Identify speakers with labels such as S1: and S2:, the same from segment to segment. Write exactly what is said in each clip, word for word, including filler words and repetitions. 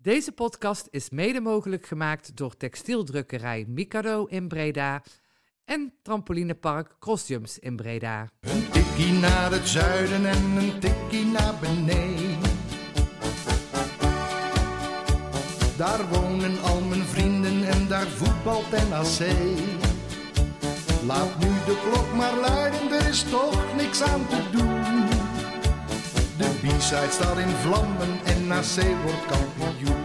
S1: Deze podcast is mede mogelijk gemaakt door textieldrukkerij Mikado in Breda en trampolinepark Crossjumps in Breda.
S2: Een tikkie naar het zuiden en een tikkie naar beneden. Daar wonen al mijn vrienden en daar voetbalt N A C. Laat nu de klok maar luiden, er is toch niks aan te doen. De B-side staat in vlammen en N A C wordt kampioen.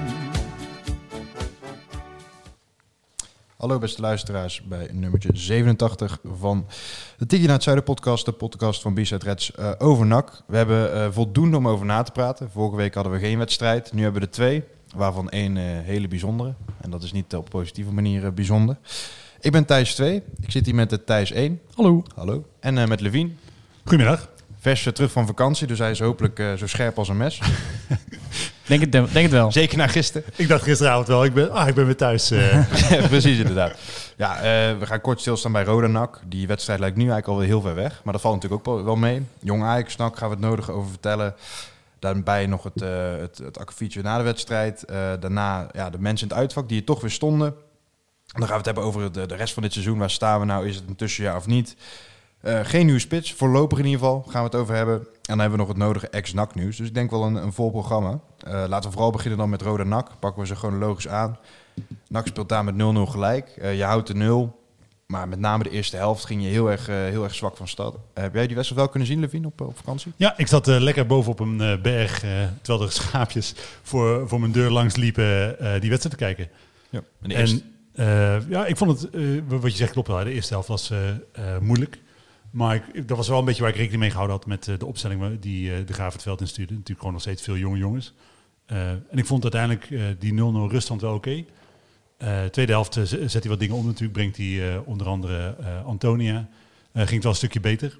S3: Hallo beste luisteraars bij nummertje zevenentachtig van de Tikkie naar het Zuiden podcast, de podcast van B-side Reds uh, over N A C. We hebben uh, voldoende om over na te praten. Vorige week hadden we geen wedstrijd, nu hebben we er twee, waarvan één uh, hele bijzondere. En dat is niet op positieve manier uh, bijzonder. Ik ben Thijs twee, ik zit hier met de Thijs één.
S4: Hallo.
S3: Hallo. En uh, met Levien.
S4: Goedemiddag.
S3: Vers uh, terug van vakantie, dus hij is hopelijk uh, zo scherp als een mes.
S4: Denk het, denk het wel.
S3: Zeker na gisteren.
S4: Ik dacht gisteravond wel, ik ben, ah, ik ben weer thuis. Uh.
S3: Precies, inderdaad. Ja, uh, we gaan kort stilstaan bij Roda N A C. Die wedstrijd lijkt nu eigenlijk alweer heel ver weg. Maar dat valt natuurlijk ook wel mee. Jong Ajax, N A C gaan we het nodig over vertellen. Daarbij nog het, uh, het, het akkefietje na de wedstrijd. Uh, daarna ja, de mensen in het uitvak die er toch weer stonden. Dan gaan we het hebben over de, de rest van dit seizoen. Waar staan we nou? Is het een tussenjaar of niet? Uh, geen nieuwe spits, voorlopig in ieder geval gaan we het over hebben. En dan hebben we nog het nodige ex-N A C nieuws. Dus ik denk wel een, een vol programma. Uh, laten we vooral beginnen dan met Roda N A C. Pakken we ze chronologisch aan. N A C speelt daar met nul nul gelijk. Uh, je houdt de nul. Maar met name de eerste helft ging je heel erg, uh, heel erg zwak van stad. Uh, heb jij die wedstrijd wel kunnen zien, Levien, op, op vakantie?
S5: Ja, ik zat uh, lekker bovenop een uh, berg. Uh, terwijl de schaapjes voor, voor mijn deur langs liepen uh, die wedstrijd te kijken.
S3: Ja. En, de
S5: en uh, ja, ik vond het, uh, wat je zegt klopt wel. De eerste helft was uh, uh, moeilijk. Maar ik, dat was wel een beetje waar ik rekening mee gehouden had met uh, de opstelling die uh, de Graaf het veld instuurde. Natuurlijk gewoon nog steeds veel jonge jongens. Uh, en ik vond uiteindelijk uh, die nul nul ruststand wel oké. Okay. Uh, tweede helft uh, zet hij wat dingen om natuurlijk. Brengt hij uh, onder andere uh, Antonia. Uh, ging het wel een stukje beter.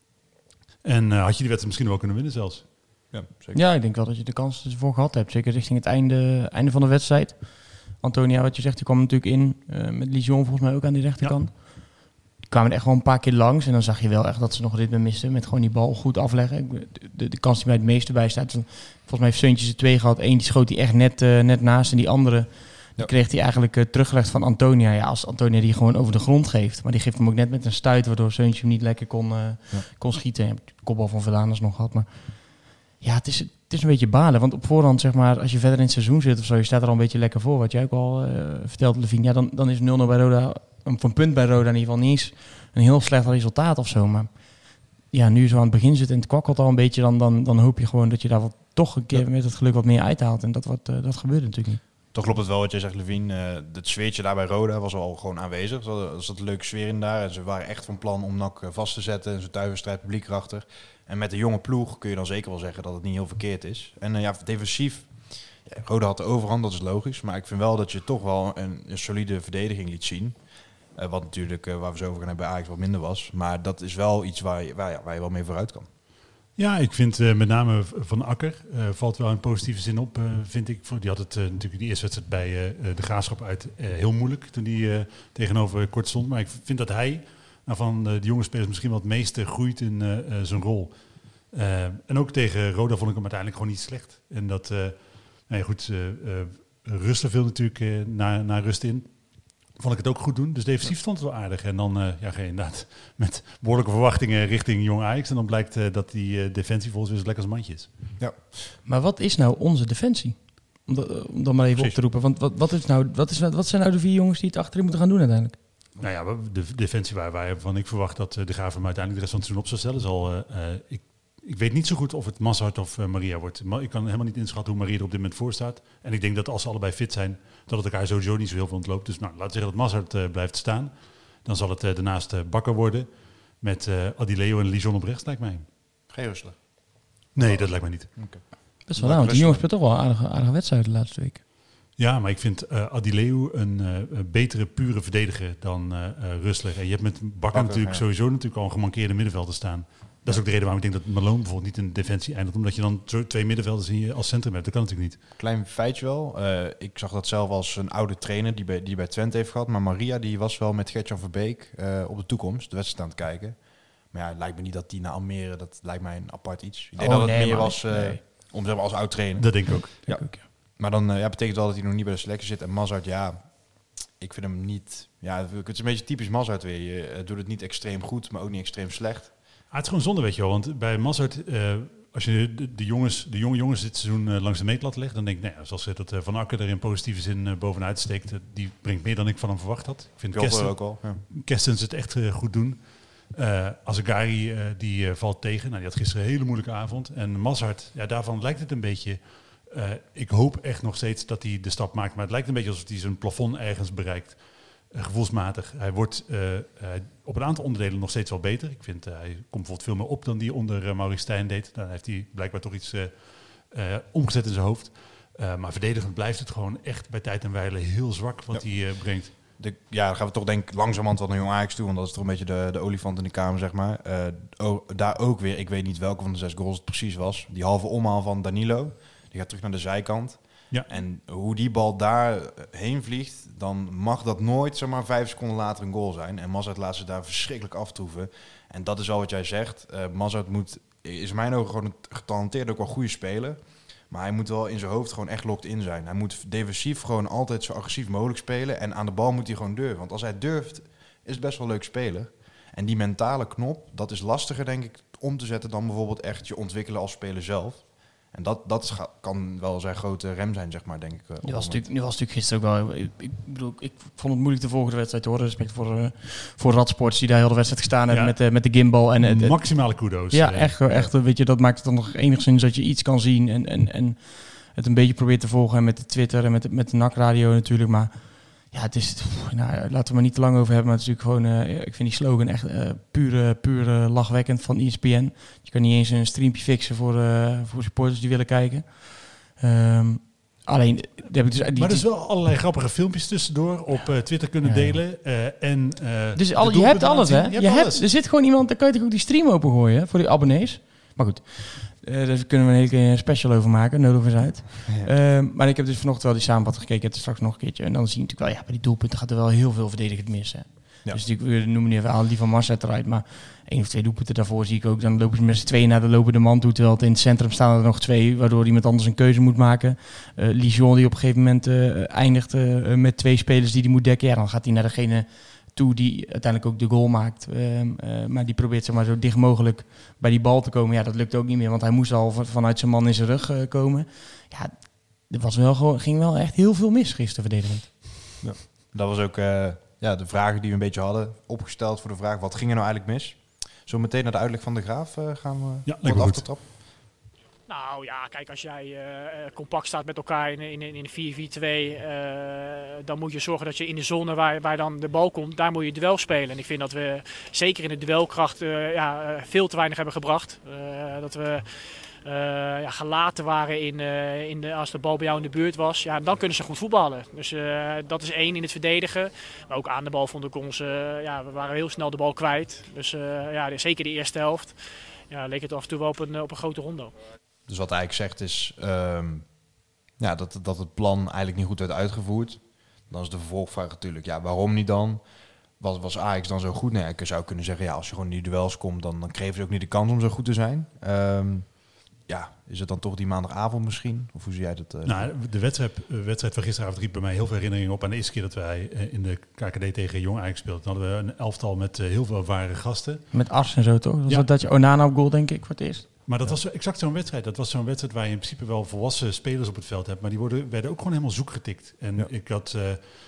S5: En uh, had je die wedstrijd misschien wel kunnen winnen zelfs.
S3: Ja, zeker.
S4: Ja, ik denk wel dat je de kans ervoor gehad hebt. Zeker richting het einde, einde van de wedstrijd. Antonia, wat je zegt, die kwam natuurlijk in. Uh, met Lijon volgens mij ook aan die rechterkant. Ja. Die kwamen er echt gewoon een paar keer langs. En dan zag je wel echt dat ze nog ritme misten. Met gewoon die bal goed afleggen. De, de, de kans die mij het meeste bij staat. Volgens mij heeft Seuntjes er twee gehad. Eentje schoot hij echt net, uh, net naast. En die andere die ja. kreeg hij eigenlijk uh, teruggelegd van Antonia. Ja, als Antonia die gewoon over de grond geeft. Maar die geeft hem ook net met een stuit. Waardoor Seuntje hem niet lekker kon, uh, ja. kon schieten. De kopbal van Verlaanders nog gehad. Maar ja, het is, het is een beetje balen. Want op voorhand, zeg maar, als je verder in het seizoen zit of zo. Je staat er al een beetje lekker voor. Wat jij ook al uh, vertelde, Levien. Ja, dan, dan is nul nul bij Roda... Van een punt bij Roda in ieder geval niet eens een heel slecht resultaat of zo. Maar ja, nu zo aan het begin zit en het kwakkelt al een beetje, dan, dan, dan hoop je gewoon dat je daar wat, toch een keer ja. met het geluk wat meer uithaalt. En dat, wat, uh, dat gebeurt natuurlijk niet.
S3: Toch klopt het wel wat jij zegt, Levien. Uh, het sfeertje daar bij Roda was al gewoon aanwezig. Er zat een leuke sfeer in daar. En ze waren echt van plan om N A C vast te zetten. En zo'n thuiswedstrijd, publiek erachter. En met de jonge ploeg kun je dan zeker wel zeggen dat het niet heel verkeerd is. En uh, ja, defensief, ja, Roda had de overhand, dat is logisch. Maar ik vind wel dat je toch wel een, een solide verdediging liet zien. Uh, wat natuurlijk, uh, waar we zo over gaan hebben, bij Ajax wat minder was. Maar dat is wel iets waar je, waar, ja, waar je wel mee vooruit kan.
S5: Ja, ik vind uh, met name Van Akker uh, valt wel in positieve zin op, uh, vind ik. Die had het uh, natuurlijk die eerste wedstrijd bij uh, de Graafschap uit uh, heel moeilijk toen hij uh, tegenover Kort stond. Maar ik vind dat hij nou, van uh, de jonge spelers misschien wel het meeste groeit in uh, uh, zijn rol. Uh, en ook tegen Roda vond ik hem uiteindelijk gewoon niet slecht. En dat, uh, nou ja, goed, uh, uh, Rusten viel natuurlijk uh, naar, naar rust in. Vond ik het ook goed doen. Dus defensief stond het wel aardig. En dan uh, ja, ga je inderdaad met behoorlijke verwachtingen richting Jong Ajax. En dan blijkt uh, dat die uh, defensie volgens weer zo lekker als een mandje is.
S3: Ja.
S4: Maar wat is nou onze defensie? Om, dat, om dan maar even Precies. op te roepen. Want wat, wat, is nou, wat, is, wat zijn nou de vier jongens die het achterin moeten gaan doen uiteindelijk?
S5: Nou ja, de defensie waar, waarvan ik verwacht dat uh, de Graaf hem uiteindelijk de rest van het seizoen op zou stellen. Zal, uh, uh, ik, ik weet niet zo goed of het Mazart of uh, Maria wordt. Maar ik kan helemaal niet inschatten hoe Maria er op dit moment voor staat. En ik denk dat als ze allebei fit zijn, dat het elkaar sowieso niet zo heel veel ontloopt. Dus nou, laten we zeggen dat Mazart uh, blijft staan. Dan zal het uh, daarnaast uh, Bakker worden. Met uh, Adileo en Lijon op rechts, lijkt mij.
S3: Geen Rustler?
S5: Nee, oh. dat lijkt mij niet.
S4: Okay. Best wel, want die jongens speelt toch wel aardige, aardige wedstrijden de laatste week.
S5: Ja, maar ik vind uh, Adileu een uh, betere, pure verdediger dan uh, uh, Rustler. En je hebt met Bakker, Bakker natuurlijk ja. sowieso natuurlijk al een gemankeerde middenvelder staan. Dat is ook de reden waarom ik denk dat Malone bijvoorbeeld niet in de defensie eindigt. Omdat je dan twee middenvelders in je als centrum hebt. Dat kan natuurlijk niet.
S3: Klein feitje wel. Uh, ik zag dat zelf als een oude trainer die bij, die bij Twente heeft gehad. Maar Maria die was wel met Gert-Jan Verbeek uh, op de toekomst, de wedstrijd aan het kijken. Maar ja, het lijkt me niet dat die naar Almere, dat lijkt mij een apart iets. Ik denk
S4: oh,
S3: dat het
S4: nee,
S3: meer
S4: man.
S3: was uh, nee. om zeg maar als oud trainer.
S5: Dat denk ik ook.
S4: Ja.
S5: Denk ook, ja.
S3: Maar dan uh, ja, betekent wel dat hij nog niet bij de selectie zit. En Mazart, ja, ik vind hem niet... Ja, het is een beetje typisch Mazart weer. Je uh, doet het niet extreem goed, maar ook niet extreem slecht.
S5: Ah, het is gewoon zonde, weet je wel. Want bij Mazart, uh, als je de, de, jongens, de jonge jongens dit seizoen uh, langs de meetlat legt, dan denk ik, nou ja, zoals dat uh, Van Akker er in positieve zin uh, bovenuit steekt, uh, die brengt meer dan ik van hem verwacht had. Ik vind Kersten, ook al. Ja. Kerstens het echt uh, goed doen. Uh, Azegari, uh, die uh, valt tegen. Nou, die had gisteren een hele moeilijke avond. En Mazart, ja, daarvan lijkt het een beetje... Uh, ik hoop echt nog steeds dat hij de stap maakt. Maar het lijkt een beetje alsof hij zijn plafond ergens bereikt. Uh, gevoelsmatig. Hij wordt uh, uh, op een aantal onderdelen nog steeds wel beter. Ik vind, uh, hij komt bijvoorbeeld veel meer op dan die onder uh, Maurice Stijn deed. Dan heeft hij blijkbaar toch iets uh, uh, omgezet in zijn hoofd. Uh, maar verdedigend blijft het gewoon echt bij tijd en wijle heel zwak wat ja. hij uh, brengt.
S3: De, ja, dan gaan we toch denk ik langzamerhand wat naar Jong Ajax toe. Want dat is toch een beetje de, de olifant in de kamer, zeg maar. Uh, oh, daar ook weer, ik weet niet welke van de zes goals het precies was. Die halve omhaal van Danilo. Die gaat terug naar de zijkant. Ja. En hoe die bal daar heen vliegt, dan mag dat nooit, zeg maar, vijf seconden later een goal zijn. En Mazart laat ze daar verschrikkelijk aftroeven. En dat is al wat jij zegt. Uh, Mazart moet, is in mijn ogen gewoon een getalenteerd, ook wel goede speler. Maar hij moet wel in zijn hoofd gewoon echt locked in zijn. Hij moet defensief gewoon altijd zo agressief mogelijk spelen. En aan de bal moet hij gewoon durven. Want als hij durft, is het best wel leuk speler. En die mentale knop, dat is lastiger, denk ik, om te zetten dan bijvoorbeeld echt je ontwikkelen als speler zelf. En dat, dat scha- kan wel zijn grote rem zijn, zeg maar, denk ik. Uh,
S4: nu, was natuurlijk, nu was natuurlijk gisteren ook wel... Ik, ik bedoel, ik vond het moeilijk te volgen de wedstrijd, hoor. Respect voor, uh, voor Radsports, die daar heel de wedstrijd gestaan hebben ja. met, uh, met de gimbal. En, uh,
S5: maximale kudo's.
S4: Ja, uh, echt, echt. Weet je, dat maakt het dan nog enigszins dat je iets kan zien. En, en, en het een beetje probeert te volgen. En met de Twitter en met de, met de N A C-radio natuurlijk. Maar ja, het is... Nou, laten we maar niet te lang over hebben. Maar het is natuurlijk gewoon... Uh, ik vind die slogan echt uh, puur, puur uh, lachwekkend van E S P N. Je kan niet eens een streampje fixen voor, uh, voor supporters die willen kijken. Um, alleen... Heb ik dus, die,
S5: maar er is wel allerlei grappige filmpjes tussendoor op uh, Twitter kunnen ja. delen. Uh, en, uh,
S4: dus al, je hebt alles, hè? Je, je hebt alles. Er zit gewoon iemand... Dan kan je toch ook die stream opengooien, hè, voor die abonnees. Maar goed... Uh, daar kunnen we een hele keer special over maken, nodig eens uit. Ja. Uh, maar ik heb dus vanochtend wel die samenvatting gekeken, ik heb het straks nog een keertje. En dan zie je natuurlijk wel, ja, bij die doelpunten gaat er wel heel veel verdedigend mis. Hè. Ja. Dus die, we noemen niet even al die van Mazart eruit, maar één of twee doelpunten daarvoor zie ik ook. Dan lopen ze met z'n tweeën naar de lopende man toe, terwijl het in het centrum staan er nog twee, waardoor iemand anders een keuze moet maken. Uh, Lijon die op een gegeven moment uh, eindigt uh, met twee spelers die hij moet dekken. Ja, dan gaat hij naar degene toe die uiteindelijk ook de goal maakt. Uh, uh, maar die probeert zeg maar zo dicht mogelijk bij die bal te komen. Ja, dat lukt ook niet meer, want hij moest al vanuit zijn man in zijn rug uh, komen. Ja, er was wel gewoon, ging wel echt heel veel mis gisteren verdedigend.
S3: Ja. Dat was ook uh, ja, de vragen die we een beetje hadden opgesteld voor de vraag, wat ging er nou eigenlijk mis? Zo meteen naar de uitleg van de Graaf uh, gaan we
S5: ja, lekker
S3: af
S5: goed.
S3: te trappen.
S6: Nou ja, kijk, als jij uh, compact staat met elkaar in, in, in een vier vier twee, uh, dan moet je zorgen dat je in de zone waar, waar dan de bal komt, daar moet je duel spelen. En ik vind dat we zeker in de duelkracht uh, ja, veel te weinig hebben gebracht. Uh, dat we uh, ja, gelaten waren in, uh, in de, als de bal bij jou in de buurt was. Ja, dan kunnen ze goed voetballen. Dus uh, dat is één in het verdedigen. Maar ook aan de bal vond ik ons, uh, ja, we waren heel snel de bal kwijt. Dus uh, ja, zeker de eerste helft. Ja, leek het af en toe wel op een, op een grote rondo.
S3: Dus wat hij eigenlijk zegt is um, ja, dat, dat het plan eigenlijk niet goed werd uitgevoerd. Dan is de vervolgvraag natuurlijk, ja, waarom niet dan? Was, was Ajax dan zo goed? Nee, ik zou kunnen zeggen, ja, als je gewoon in die duels komt, dan, dan kregen ze ook niet de kans om zo goed te zijn. Um, ja, is het dan toch die maandagavond misschien? Of hoe zie jij dat? Uh,
S5: nou, de wedstrijd, uh, wedstrijd van gisteravond riep bij mij heel veel herinneringen op aan de eerste keer dat wij uh, in de K K D tegen Jong Ajax speelden. Dan hadden we een elftal met uh, heel veel ervaren gasten.
S4: Met Ars en zo toch? Was ja. dat, dat je Onana op goal, denk ik, voor het eerst?
S5: Maar dat ja. was exact zo'n wedstrijd. Dat was zo'n wedstrijd waar je in principe wel volwassen spelers op het veld hebt. Maar die worden, werden ook gewoon helemaal zoek getikt. En ja. ik had... Uh,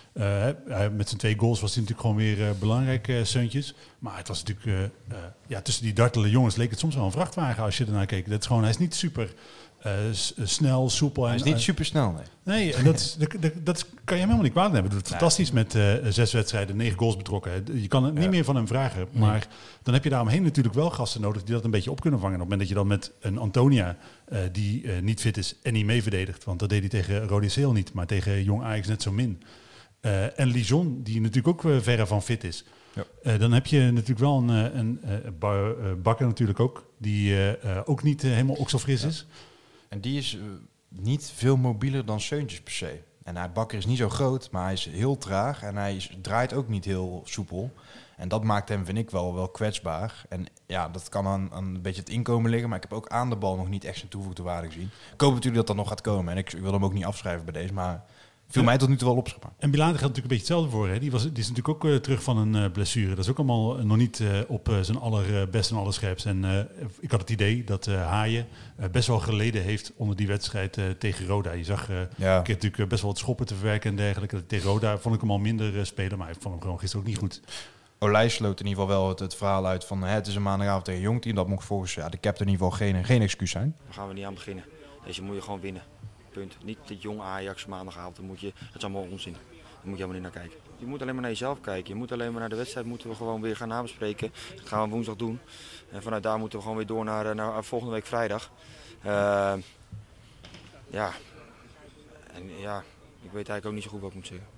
S5: uh, met zijn twee goals was hij natuurlijk gewoon weer uh, belangrijk, uh, Seuntjes. Maar het was natuurlijk... Uh, uh, ja, tussen die dartele jongens leek het soms wel een vrachtwagen als je ernaar keek. Dat is gewoon, hij is niet super uh, s- snel, soepel.
S3: Hij is
S5: en,
S3: niet
S5: uh, super
S3: snel, nee.
S5: Nee, en dat, is, dat, dat, dat kan je hem helemaal niet kwalijk hebben. Hij doet het
S3: nee.
S5: fantastisch met uh, zes wedstrijden, negen goals betrokken. Je kan het niet ja. meer van hem vragen. Maar nee. dan heb je daaromheen natuurlijk wel gasten nodig die dat een beetje op kunnen vangen. Op het moment dat je dan met een Antonia, uh, die uh, niet fit is en niet mee verdedigt. Want dat deed hij tegen Rode Seel niet, maar tegen Jong Ajax net zo min. Uh, en Lijon, die natuurlijk ook uh, verre van fit is. Ja. Uh, dan heb je natuurlijk wel een, een, een uh, bar, uh, Bakker natuurlijk ook, die uh, uh, ook niet uh, helemaal okselfris ja. is.
S3: En die is uh, niet veel mobieler dan Seuntjes per se. En hij, Bakker is niet zo groot, maar hij is heel traag en hij is, draait ook niet heel soepel. En dat maakt hem, vind ik, wel, wel kwetsbaar. En ja, dat kan aan, aan een beetje het inkomen liggen. Maar ik heb ook aan de bal nog niet echt zijn toegevoegde waarde gezien. Ik hoop natuurlijk dat dat nog gaat komen. En ik, ik wil hem ook niet afschrijven bij deze. Maar viel ja. mij tot nu toe wel op. Zeg maar.
S5: En Bilate geldt natuurlijk een beetje hetzelfde voor. Hè? Die, was, die is natuurlijk ook uh, terug van een uh, blessure. Dat is ook allemaal uh, nog niet uh, op uh, zijn allerbeste en allerscherpst. En uh, ik had het idee dat uh, Haaien uh, best wel geleden heeft onder die wedstrijd uh, tegen Roda. Je zag uh, ja. een keer natuurlijk uh, best wel wat schoppen te verwerken en dergelijke. Tegen Roda vond ik hem al minder uh, spelen. Maar ik vond hem gewoon gisteren ook niet goed.
S3: Olij sloot in ieder geval wel het, het verhaal uit van hè, het is een maandagavond tegen een jong team. Dat mocht volgens ja, de captain in ieder geval geen, geen excuus zijn.
S7: Daar gaan we niet aan beginnen. Deze moet je gewoon winnen. Punt. Niet dit jong Ajax maandagavond. Dan moet je, dat is allemaal onzin. Daar moet je helemaal niet naar kijken. Je moet alleen maar naar jezelf kijken. Je moet alleen maar naar de wedstrijd moeten we gewoon weer gaan nabespreken. Dat gaan we woensdag doen. En vanuit daar moeten we gewoon weer door naar, naar volgende week vrijdag. Uh, ja. En ja, ik weet eigenlijk ook niet zo goed wat ik moet zeggen.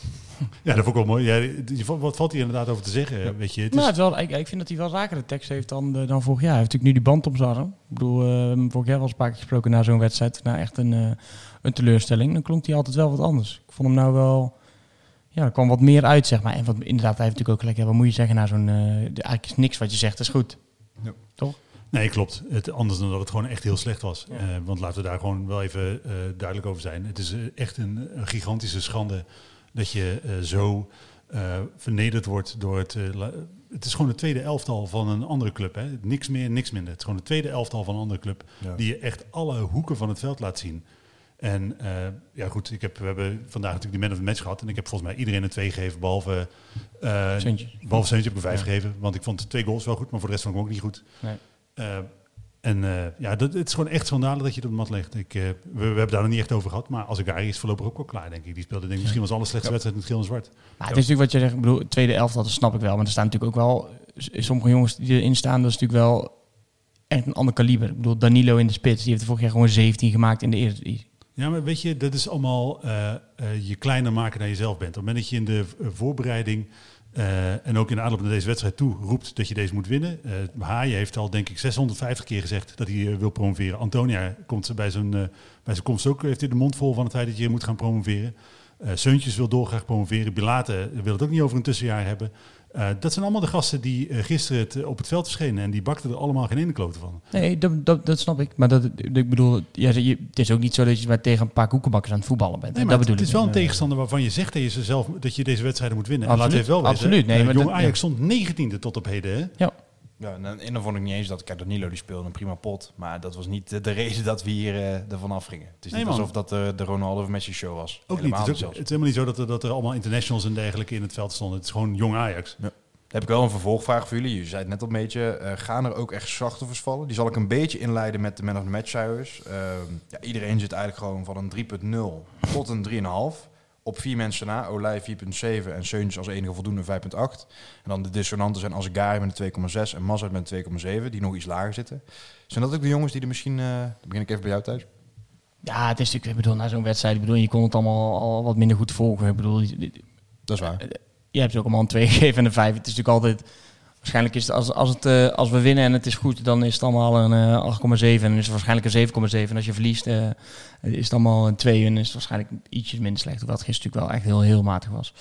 S5: Ja, dat vond ik wel mooi. Ja, wat valt hier inderdaad over te zeggen? Ja. Weet je, het is...
S4: nou, het wel, ik, ik vind dat hij wel zakere tekst heeft dan, dan vorig jaar. Hij heeft natuurlijk nu die band om zijn arm. Ik bedoel, uh, vorig jaar was een paar keer gesproken na zo'n wedstrijd. Nou, echt een, uh, een teleurstelling. Dan klonk hij altijd wel wat anders. Ik vond hem nou wel... Ja, er kwam wat meer uit, zeg maar. En wat, inderdaad, hij heeft natuurlijk ook gelijk... Ja, wat moet je zeggen na zo'n... Uh, eigenlijk is niks wat je zegt, is goed.
S5: Ja.
S4: Toch?
S5: Nee, klopt. Het, anders dan dat het gewoon echt heel slecht was. Ja. Uh, want laten we daar gewoon wel even uh, duidelijk over zijn. Het is uh, echt een, een gigantische schande... dat je uh, zo uh, vernederd wordt door het... Uh, la- het is gewoon de tweede elftal van een andere club. Hè? Niks meer, niks minder. Het is gewoon de tweede elftal van een andere club... Ja. die je echt alle hoeken van het veld laat zien. En uh, ja goed, ik heb, we hebben vandaag natuurlijk die man of the match gehad... en ik heb volgens mij iedereen een twee gegeven, behalve... Uh,
S4: Seuntje.
S5: Behalve Seuntje heb ik een vijf ja. gegeven. Want ik vond twee goals wel goed, maar voor de rest vond ik hem ook niet goed.
S4: Nee.
S5: Uh, En uh, ja, dat, het is gewoon echt schandalig dat je het op de mat legt. Ik, uh, we, we hebben daar nog niet echt over gehad. Maar Azegari is voorlopig ook wel klaar, denk ik. Die speelde denk ik misschien wel zijn allerslechtste ja. wedstrijd met geel en zwart.
S4: Maar het is natuurlijk wat je zegt. Ik bedoel, tweede elftal, dat snap ik wel. Maar er staan natuurlijk ook wel... Sommige jongens die erin staan, dat is natuurlijk wel echt een ander kaliber. Ik bedoel, Danilo in de spits. Die heeft er vorig jaar gewoon zeventien gemaakt in de Eredivisie.
S5: Ja, maar weet je, dat is allemaal uh, uh, je kleiner maken dan je zelf bent. Op het moment dat je in de uh, voorbereiding... Uh, en ook in de aanloop naar deze wedstrijd toe roept dat je deze moet winnen. Uh, Haaien heeft al denk ik zeshonderdvijftig keer gezegd dat hij uh, wil promoveren. Antonia komt bij zijn, uh, bij zijn komst ook, heeft hij de mond vol van het feit dat je moet gaan promoveren. Uh, Seuntjes wil dolgraag promoveren. Bilate wil het ook niet over een tussenjaar hebben. Uh, dat zijn allemaal de gasten die uh, gisteren het, uh, op het veld verschenen. En die bakten er allemaal geen ene klote van.
S4: Nee, dat, dat, dat snap ik. Maar dat, ik bedoel, ja, je, het is ook niet zo dat je maar tegen een paar koekenbakkers aan het voetballen bent.
S5: Nee, maar
S4: dat
S5: het,
S4: bedoel
S5: het is
S4: ik.
S5: wel een tegenstander waarvan je zegt dat je, ze zelf, dat je deze wedstrijden moet winnen.
S4: Absoluut,
S5: en laat even wel weten.
S4: Absoluut. Nee,
S5: uh,
S4: maar
S5: Jong
S4: dat,
S5: Ajax
S4: ja.
S5: stond negentiende tot op heden. Hè?
S4: Ja.
S3: Ja, en, en dan vond ik niet eens dat... Kijk, Danilo die speelde een prima pot. Maar dat was niet de, de reden dat we hier uh, ervan afgingen. Het is
S5: Nee,
S3: niet
S5: man.
S3: alsof dat uh, de Ronaldo of Messi show was.
S5: Ook
S3: Helemaal
S5: niet. Het is, ook, het is helemaal niet zo dat er, dat er allemaal internationals en dergelijke in het veld stonden. Het is gewoon Jong Ajax.
S3: Ja. Dan heb ik wel een vervolgvraag voor jullie. Je zei het net al een beetje. Uh, gaan er ook echt slachtoffers vallen? Die zal ik een beetje inleiden met de man of the match cijfers. Uh, ja, iedereen zit eigenlijk gewoon van een drie komma nul tot een drie komma vijf. Op vier mensen na. Olij vier komma zeven en Seuntjes als enige voldoende vijf komma acht. En dan de dissonanten zijn Azegari met een twee komma zes en Mazart met een twee komma zeven. Die nog iets lager zitten. Zijn dat ook de jongens die er misschien... Uh, dan begin ik even bij jou thuis.
S4: Ja, het is natuurlijk... Ik bedoel, na zo'n wedstrijd... Ik bedoel, je kon het allemaal al wat minder goed volgen. Ik bedoel...
S3: Dat is waar.
S4: Je hebt ze ook allemaal een twee gegeven en een vijf. Het is natuurlijk altijd... Waarschijnlijk is het als, als, het, uh, als we winnen en het is goed, dan is het allemaal een uh, acht komma zeven. En dan is het waarschijnlijk een zeven komma zeven. En als je verliest, uh, is het allemaal een twee. En is het waarschijnlijk ietsjes minder slecht. Hoewel het gisteren natuurlijk wel echt heel, heel matig was.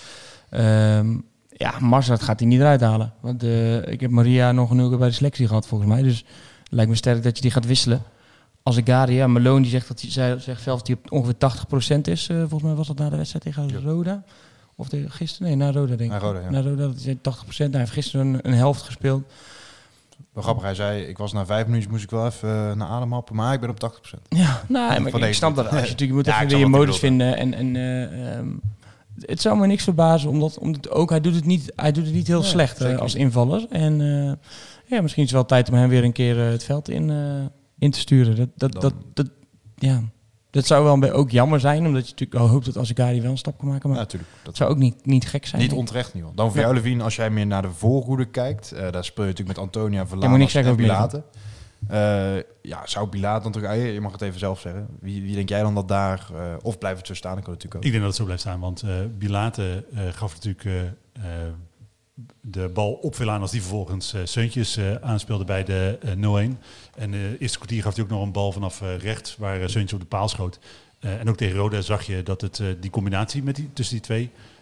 S4: Um, ja, Mazart gaat hij niet eruit halen. Want uh, ik heb Maria nog een uur bij de selectie gehad, volgens mij. Dus het lijkt me sterk dat je die gaat wisselen. Als ik Gary, ja, Malone die zegt, dat hij, zij zegt zelf dat hij op ongeveer tachtig procent is. Uh, volgens mij was dat na de wedstrijd tegen ja. Roda. Of de, gisteren? Nee, na Roda denk ik.
S3: Na Roda, ja.
S4: Na Roda, dat is tachtig procent. Hij heeft gisteren een, een helft gespeeld.
S3: Wel grappig, hij zei, ik was na vijf minuten, moest ik wel even uh, naar adem happen, maar ik ben op tachtig procent.
S4: Ja, nou, maar ik, ik snap dat. Als je natuurlijk, je moet ja, even weer je modus vinden. En, en uh, um, het zou me niks verbazen, omdat, omdat ook, hij doet het niet, hij doet het niet heel ja, slecht uh, als invaller. En uh, ja, misschien is het wel tijd om hem weer een keer uh, het veld in, uh, in te sturen. Dat, dat, dat, dat, dat, ja... Dat zou wel een beetje ook jammer zijn, omdat je natuurlijk al hoopt dat Azegari wel een stap kan maken. Maar ja, natuurlijk. Dat zou ook niet, niet gek zijn.
S3: Niet onterecht niet. Dan voor ja. jou, Levine, als jij meer naar de voorhoede kijkt, uh, daar speel je natuurlijk met Antonia Verlaat en Bilate. Uh, ja, zou Bilate dan terug... Je mag het even zelf zeggen. Wie, wie denk jij dan dat daar... Uh, of blijft het zo staan? Dat kan natuurlijk ook.
S5: Ik denk dat het zo blijft staan, want uh, Bilate uh, gaf natuurlijk... Uh, uh, de bal op veel aan als die vervolgens uh, Seuntjes uh, aanspeelde bij de uh, nul-een. En de uh, eerste kwartier gaf hij ook nog een bal vanaf uh, rechts waar uh, Seuntjes op de paal schoot. Uh, en ook tegen Roda zag je dat het uh, die combinatie met die, tussen die twee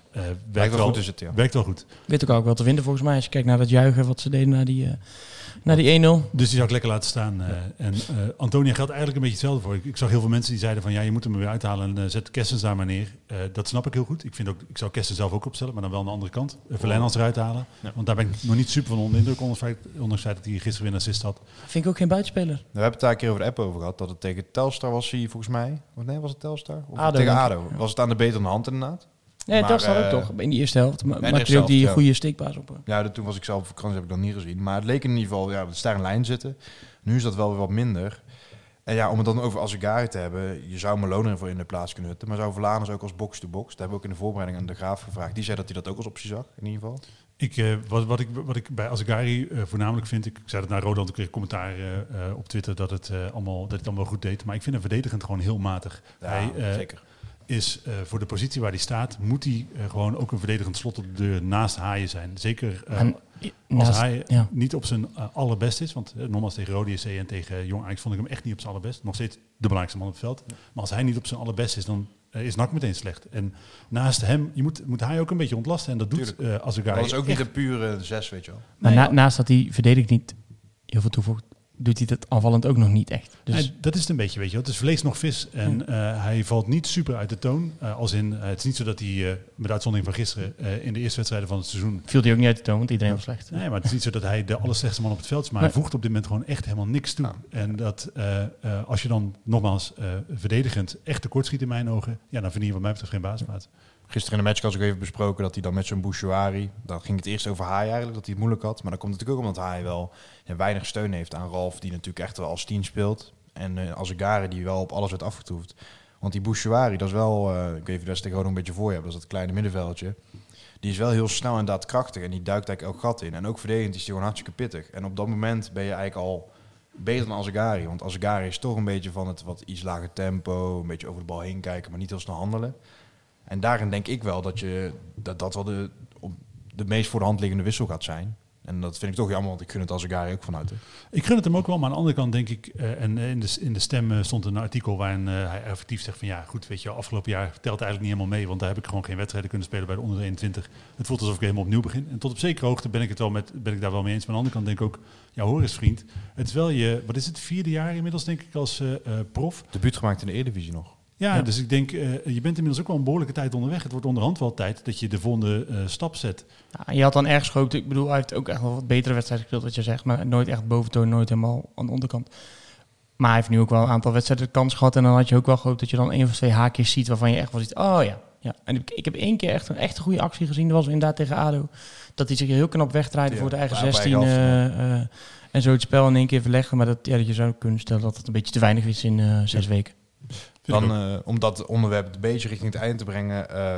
S5: Uh, werkt,
S3: wel
S5: wel
S3: goed is het, ja.
S5: werkt wel goed.
S4: Weet ook al wel te vinden volgens mij. Als je kijkt naar dat juichen wat ze deden na die, uh, na die één nul.
S5: Dus die zou ik lekker laten staan. Uh, en uh, Antonia geldt eigenlijk een beetje hetzelfde voor. Ik, ik zag heel veel mensen die zeiden van ja, je moet hem weer uithalen en uh, zet Kessens daar maar neer. Uh, dat snap ik heel goed. Ik, vind ook, ik zou Kessens zelf ook opstellen, maar dan wel aan de andere kant. Uh, Verlijnans eruit halen. Ja. Want daar ben ik nog niet super van onder de indruk, ondanks dat hij gisteren weer een assist had.
S4: Vind ik ook geen buitenspeler.
S3: We hebben het daar een keer over de app over gehad. Dat het tegen Telstar was hij volgens mij. Of nee, was het Telstar? Of
S4: Ado,
S3: tegen ADO. Ja. Was het aan de betere hand inderdaad?
S4: Nee,
S3: maar,
S4: dat staat
S3: uh,
S4: ook toch. In die eerste helft. Maar
S3: nee,
S4: maakte hij ook die
S3: ja.
S4: goede steekbaas op.
S3: Ja, de, toen was ik zelf op vakantie, heb ik dat niet gezien. Maar het leek in ieder geval, ja, het is daar een lijn zitten. Nu is dat wel weer wat minder. En ja, om het dan over Azegari te hebben, je zou Malone ervoor in de plaats kunnen zetten. Maar zou Verlaners ook als box-to-box? Dat hebben we ook in de voorbereiding aan de Graaf gevraagd. Die zei dat hij dat ook als optie zag, in ieder geval.
S5: Ik, uh, wat, wat, ik, wat ik bij Azegari uh, voornamelijk vind, ik, ik zei dat naar Roland, ik kreeg commentaar uh, uh, op Twitter dat het, uh, allemaal, dat het allemaal goed deed. Maar ik vind hem verdedigend gewoon heel matig.
S3: Ja,
S5: hij, uh,
S3: zeker.
S5: Is uh, voor de positie waar hij staat, moet hij uh, gewoon ook een verdedigend slot op de deur naast Haaien zijn. Zeker uh,
S4: en,
S5: als
S4: naast,
S5: hij
S4: ja.
S5: niet op zijn uh, allerbest is. Want uh, nogmaals tegen Rode S C en tegen Jong Ajax vond ik hem echt niet op zijn allerbest. Nog steeds de belangrijkste man op het veld. Maar als hij niet op zijn allerbest is, dan uh, is N A C meteen slecht. En naast hem, je moet, moet hij ook een beetje ontlasten. En dat doet uh, Azegari.
S3: Dat is ook
S5: echt.
S3: niet een pure zes, weet je wel.
S4: Maar
S5: Nee,
S4: na, naast dat hij verdedigt niet heel veel toevoegt, doet hij dat aanvallend ook nog niet echt. Dus
S5: Nee, dat is het een beetje, weet je wel. Het is vlees nog vis. En uh, hij valt niet super uit de toon. Uh, als in, uh, het is niet zo dat hij, uh, met uitzondering van gisteren, uh, in de eerste wedstrijden van het seizoen...
S4: viel hij ook niet uit de toon, want iedereen was slecht.
S5: Nee, maar het is niet zo dat hij de allerslechtste man op het veld is. Maar
S4: Nee.
S5: hij voegt op dit moment gewoon echt helemaal niks toe.
S3: Nou.
S5: En dat, uh, uh, als je dan nogmaals uh, verdedigend echt tekortschiet in mijn ogen, ja, dan verdien je wat mij betreft geen basisplaats.
S3: Gisteren in de match had ik ook even besproken dat hij dan met zo'n Bouchouari, dan ging het eerst over Haai eigenlijk, dat hij het moeilijk had. Maar dan komt het natuurlijk ook omdat Haai wel ja, weinig steun heeft aan Ralf, die natuurlijk echt wel als tien speelt. En uh, Azegari die wel op alles werd afgetroefd. Want die Bouchouari, dat is wel, uh, ik weet niet of je daar gewoon een beetje voor hebt, dat is dat kleine middenveldje. Die is wel heel snel en daadkrachtig en die duikt eigenlijk elk gat in. En ook verdedigend is hij gewoon hartstikke pittig. En op dat moment ben je eigenlijk al beter dan Azegari. Want Azegari is toch een beetje van het wat iets lager tempo, een beetje over de bal heen kijken, maar niet heel snel handelen. En daarin denk ik wel dat je, dat, dat wel de, de meest voor de hand liggende wissel gaat zijn. En dat vind ik toch jammer, want ik gun het Azegari ook vanuit. Hè.
S5: Ik gun het hem ook wel, maar aan de andere kant denk ik, uh, en in de, in de stem uh, stond een artikel waarin uh, hij effectief zegt van ja, goed, weet je, afgelopen jaar telt eigenlijk niet helemaal mee, want daar heb ik gewoon geen wedstrijden kunnen spelen bij de onder eenentwintig. Het voelt alsof ik helemaal opnieuw begin. En tot op zekere hoogte ben ik het wel met, ben ik daar wel mee eens. Maar aan de andere kant denk ik ook, ja, hoor eens vriend, het is wel je, wat is het, vierde jaar inmiddels denk ik als uh, uh, prof.
S3: Debuut gemaakt in de Eredivisie nog.
S5: Ja,
S4: Ja.
S5: dus ik denk, uh, je bent inmiddels ook wel een behoorlijke tijd onderweg. Het wordt onderhand wel tijd dat je de volgende uh, stap zet.
S4: Ja, je had dan ergens gehoopt, ik bedoel, hij heeft ook echt wel wat betere wedstrijden gespeeld, wat je zegt, maar nooit echt boventoon, nooit helemaal aan de onderkant. Maar hij heeft nu ook wel een aantal wedstrijden de kans gehad en dan had je ook wel gehoopt dat je dan één of twee haakjes ziet waarvan je echt wel ziet, oh ja. ja. En ik, ik heb één keer echt een echt een goede actie gezien, dat was inderdaad tegen ADO. Dat hij zich heel knap wegdraaide
S3: Ja,
S4: voor de eigen
S3: op eigen
S4: zestien
S3: helft,
S4: uh, uh, en zo het spel in één keer verleggen. Maar dat, ja, dat je zou kunnen stellen dat het een beetje te weinig is in uh, zes ja. weken.
S3: Dan, uh, om dat onderwerp een beetje richting het eind te brengen. Uh,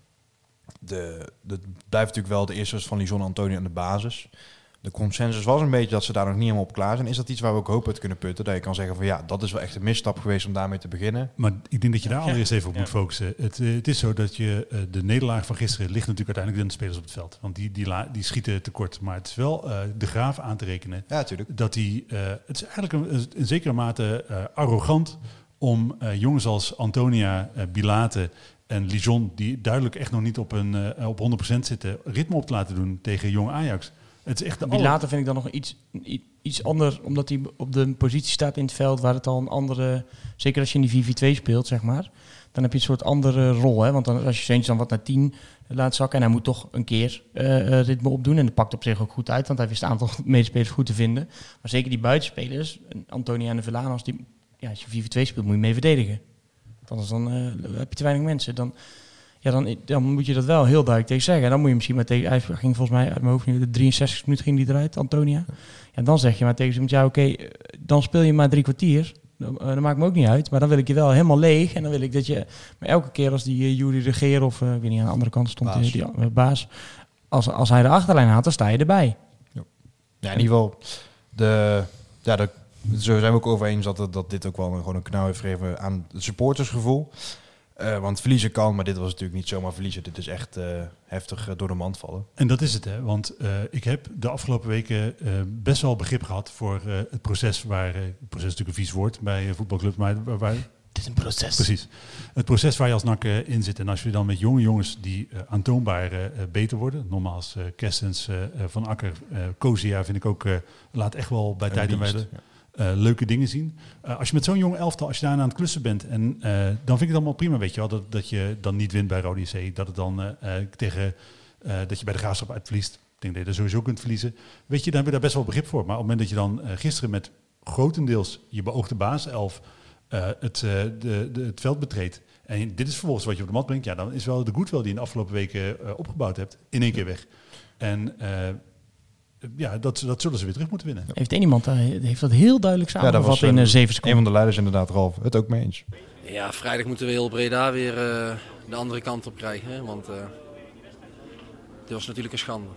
S3: de, de blijft natuurlijk wel de eerste van Lison Antonia aan de basis. De consensus was een beetje dat ze daar nog niet helemaal op klaar zijn. Is dat iets waar we ook hoop uit kunnen putten? Dat je kan zeggen van ja, dat is wel echt een misstap geweest om daarmee te beginnen.
S5: Maar ik denk dat je daar allereerst even op
S4: Ja.
S5: moet focussen. Het, uh, het is zo dat je uh, de nederlaag van gisteren ligt natuurlijk uiteindelijk aan de spelers op het veld. Want die, die, la, die schieten tekort. Maar het is wel uh, de Graaf aan te rekenen.
S3: Ja, natuurlijk.
S5: Dat die, uh, het is eigenlijk een, in zekere mate uh, arrogant om uh, jongens als Antonia, uh, Bilate en Lijon, die duidelijk echt nog niet op, een, uh, op honderd procent zitten, ritme op te laten doen tegen jong Ajax. Het is echt de
S4: Die
S5: aller-
S4: later vind ik dan nog iets, iets anders, omdat hij op de positie staat in het veld waar het al een andere, zeker als je in die vier vier twee speelt, zeg maar, dan heb je een soort andere rol. Hè? Want dan, als je Saints dan wat naar tien laat zakken en hij moet toch een keer uh, ritme opdoen en dat pakt op zich ook goed uit, want hij wist het aantal medespelers goed te vinden. Maar zeker die buitenspelers, Antonia en de Verlanas, die, ja, als je vier vier twee speelt moet je mee verdedigen. Anders dan uh, heb je te weinig mensen. Dan, ja, dan, dan moet je dat wel heel duidelijk tegen zeggen. Dan moet je misschien maar tegen... Hij ging volgens mij uit mijn hoofd nu de drieënzestig minuten ging die eruit, Antonia. Ja, dan zeg je maar tegen iemand, ja oké, okay, dan speel je maar drie kwartier. Dan, uh, dat maakt me ook niet uit. Maar dan wil ik je wel helemaal leeg. En dan wil ik dat je... Maar elke keer als die uh, Jury Regeer of... Uh, ik weet niet, aan de andere kant stond
S3: Baas.
S4: die, die uh, baas. Als, als hij de achterlijn haalt, dan sta je erbij.
S3: Ja, in ieder geval... De, ja, de, zo zijn we ook over eens dat, het, dat dit ook wel een, gewoon een knauw heeft gegeven aan het supportersgevoel. Uh, want verliezen kan, maar dit was natuurlijk niet zomaar verliezen. Dit is echt uh, heftig uh, door de mand vallen.
S5: En dat is het, hè? Want uh, ik heb de afgelopen weken uh, best wel begrip gehad voor uh, het proces waar... Uh, het proces is natuurlijk een vies woord bij uh, voetbalclubs, maar waar... waar
S4: Het is een proces.
S5: Precies. Het proces waar je als N A C uh, in zit. En als je dan met jonge jongens die uh, aantoonbaar uh, beter worden. Nogmaals, uh, Kerstens, uh, Van Akker, uh, Kozia vind ik ook... Uh, laat echt wel bij tijd en wijle uh, leuke dingen zien. Uh, als je met zo'n jong elftal, als je daar aan het klussen bent... en uh, dan vind ik het allemaal prima, weet je wel. Dat, dat je dan niet wint bij Rode J C. Dat het dan uh, uh, tegen... Uh, dat je bij de Graafschap uitverliest. Ik denk dat je er sowieso kunt verliezen. Weet je, daar heb je daar best wel begrip voor. Maar op het moment dat je dan uh, gisteren met grotendeels je beoogde basiself uh, het, uh, de, de, het veld betreedt. En dit is vervolgens wat je op de mat brengt. Ja, dan is wel de goodwill die je in de afgelopen weken uh, opgebouwd hebt in één keer weg. En uh, ja, dat, dat zullen ze weer terug moeten winnen.
S4: Heeft één iemand, uh, heeft dat heel duidelijk samengevat ja, in uh, zeven seconden.
S3: Een van de leiders inderdaad, Ralf, het ook mee eens.
S8: Ja, vrijdag moeten we heel Breda weer uh, de andere kant op krijgen. Hè? Want uh, dit was natuurlijk een schande.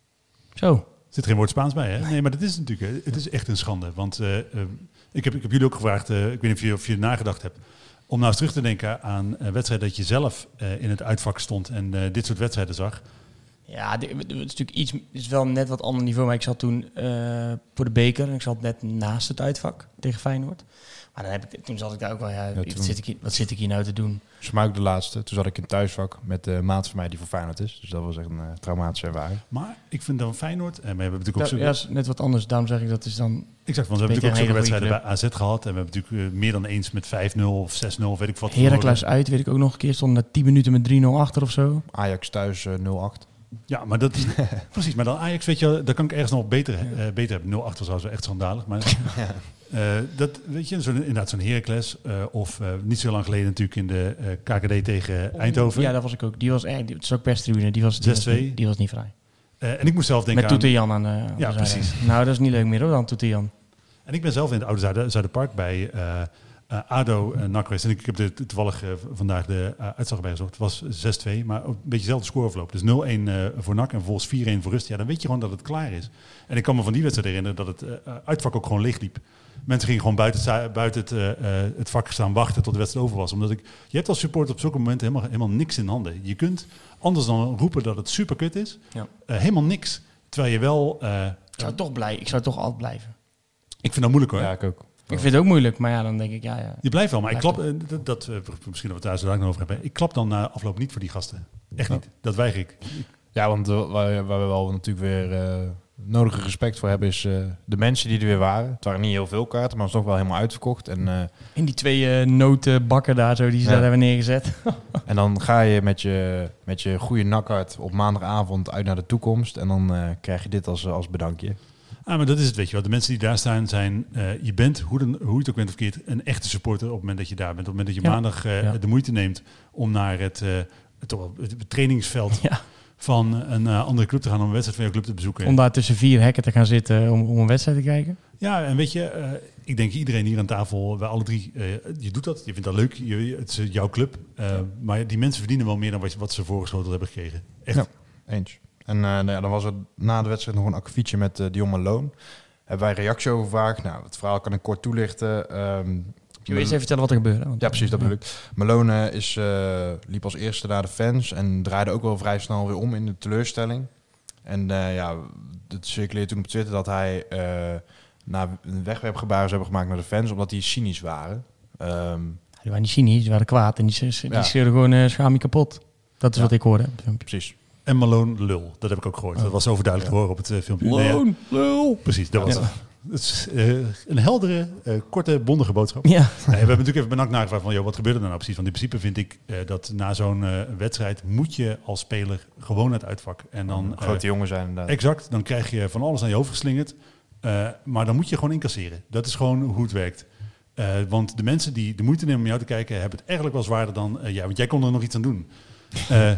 S4: Zo.
S5: Er zit geen woord Spaans bij, hè? Nee, maar dat is natuurlijk, het is echt een schande. Want uh, uh, ik, heb, ik heb jullie ook gevraagd, uh, ik weet niet of je, of je nagedacht hebt, om nou eens terug te denken aan een wedstrijd dat je zelf uh, in het uitvak stond en uh, dit soort wedstrijden zag.
S4: Ja, dit, het is natuurlijk iets, het is wel net wat ander niveau, maar ik zat toen uh, voor de beker en ik zat net naast het uitvak tegen Feyenoord. Maar dan heb ik, toen zat ik daar ook wel, ja, ja wat, zit ik hier, wat zit ik hier nou te doen?
S3: Voor mij ook de laatste. Toen zat ik in het thuisvak met de maat van mij die voor Feyenoord is. Dus dat was echt een uh, traumatische ervaring.
S5: Maar ik vind dan Feyenoord, en we hebben natuurlijk ook...
S4: Ja, ja, is net wat anders, daarom zeg ik dat is dan...
S5: Exact, want we hebben natuurlijk ook zulke wedstrijden bij A Z gehad. En we hebben natuurlijk uh, meer dan eens met vijf nul of zes nul, weet ik wat.
S4: Heracles uit, weet ik ook nog een keer, stond na tien minuten met drie nul achter of zo.
S3: Ajax thuis uh, nul acht.
S5: Ja, maar dat is... precies, maar dan Ajax, weet je, daar kan ik ergens nog beter, uh, beter hebben. nul acht was trouwens echt schandalig, maar... ja. Uh, dat, weet je, zo, inderdaad zo'n Heracles uh, of uh, niet zo lang geleden natuurlijk in de uh, K K D tegen Eindhoven.
S4: Ja, dat was ik ook. Die was echt, die was ook perstribune. Die was
S5: zes twee.
S4: Die was, die was niet vrij.
S5: Uh, en ik moest zelf denken
S4: met Toete Jan aan de uh,
S5: ja, precies.
S4: Nou, dat is niet leuk meer hoor, dan Toete Jan.
S5: En ik ben zelf in het Oude Zuider, Zuiderpark bij uh, uh, ADO uh, N A C geweest. En ik heb de, toevallig uh, vandaag de uh, uitslag bijgezocht. Het was zes twee, maar een beetje dezelfde scoreverloop. Dus nul een uh, voor N A C en vervolgens vier een voor rust. Ja, dan weet je gewoon dat het klaar is. En ik kan me van die wedstrijd herinneren dat het uh, uitvak ook gewoon leeg liep. Mensen gingen gewoon buiten, buiten het, uh, het vak staan wachten tot de wedstrijd over was. Omdat ik, je hebt als supporter op zulke momenten helemaal, helemaal niks in handen. Je kunt anders dan roepen dat het super kut is. Ja. Uh, helemaal niks. Terwijl je wel... Uh,
S4: ik zou toch blij, ik zou toch altijd blijven.
S5: Ik vind dat moeilijk hoor.
S3: Ja, ik ook.
S4: Ik vind het ook moeilijk, maar ja, dan denk ik, ja... ja.
S5: Je blijft wel, maar ik klap... Uh, dat, dat, uh, misschien dat we het daar zo nog over hebben. Ik klap dan na uh, afloop niet voor die gasten. Echt ja. niet. Dat weiger ik.
S3: Ja, want uh, waar, waar we wel natuurlijk weer... Uh, nodige respect voor hebben is uh, de mensen die er weer waren. Het waren niet heel veel kaarten, maar het was nog wel helemaal uitverkocht. En, uh,
S4: in die twee uh, notenbakken daar zo, die ze ja. daar hebben neergezet.
S3: En dan ga je met je, met je goede nakhart op maandagavond uit naar de toekomst. En dan uh, krijg je dit als, als bedankje.
S5: Ah, maar dat is het, weet je wel. De mensen die daar staan zijn... Uh, je bent, hoe, dan, hoe je het ook bent of verkeerd, een echte supporter op het moment dat je daar bent. Op het moment dat je ja. maandag uh, ja. de moeite neemt om naar het, uh, het, het, het trainingsveld... Ja. van een uh, andere club te gaan om een wedstrijd van jouw club te bezoeken.
S4: Om daar tussen vier hekken te gaan zitten om, om een wedstrijd te kijken?
S5: Ja, en weet je, uh, ik denk iedereen hier aan tafel, wij alle drie, uh, je doet dat, je vindt dat leuk, je, het is jouw club. Uh, maar die mensen verdienen wel meer dan wat, wat ze voorgeschoteld hebben gekregen. Echt.
S3: Ja, eens. En uh, nou ja, dan was er na de wedstrijd nog een akkefietje met uh, Dion Malone. Hebben wij reactie over gevraagd. Nou, het verhaal kan ik kort toelichten. Um,
S4: Je wil eens even vertellen wat er gebeurde. Want
S3: ja, precies, dat bedoel ik. Malone is, uh, liep als eerste naar de fans en draaide ook wel vrij snel weer om in de teleurstelling. En uh, ja, het circuleerde toen op Twitter dat hij uh, naar een wegwerpgebaren hebben gemaakt naar de fans, omdat die cynisch waren. Um,
S4: die waren niet cynisch, die waren kwaad en die, die ja. schreeuwden gewoon uh, schaam je kapot. Dat is ja. wat ik hoorde.
S3: Precies.
S5: En Malone lul, dat heb ik ook gehoord. Oh. Dat was overduidelijk ja. te horen op het uh, filmpje.
S4: Malone, nee, ja. lul.
S5: Precies, dat was ja. het. Het is uh, een heldere, uh, korte, bondige boodschap.
S4: Ja.
S5: Nee, we hebben natuurlijk even benakt nagevraagd van, joh, wat gebeurde er nou precies? Want in principe vind ik uh, dat na zo'n uh, wedstrijd moet je als speler gewoon uit het uitvak. En dan, uh,
S3: grote jongen zijn inderdaad.
S5: Exact, dan krijg je van alles aan je hoofd geslingerd. Uh, maar dan moet je gewoon incasseren. Dat is gewoon hoe het werkt. Uh, want de mensen die de moeite nemen om jou te kijken, hebben het eigenlijk wel zwaarder dan uh, jij. Want jij kon er nog iets aan doen. Uh,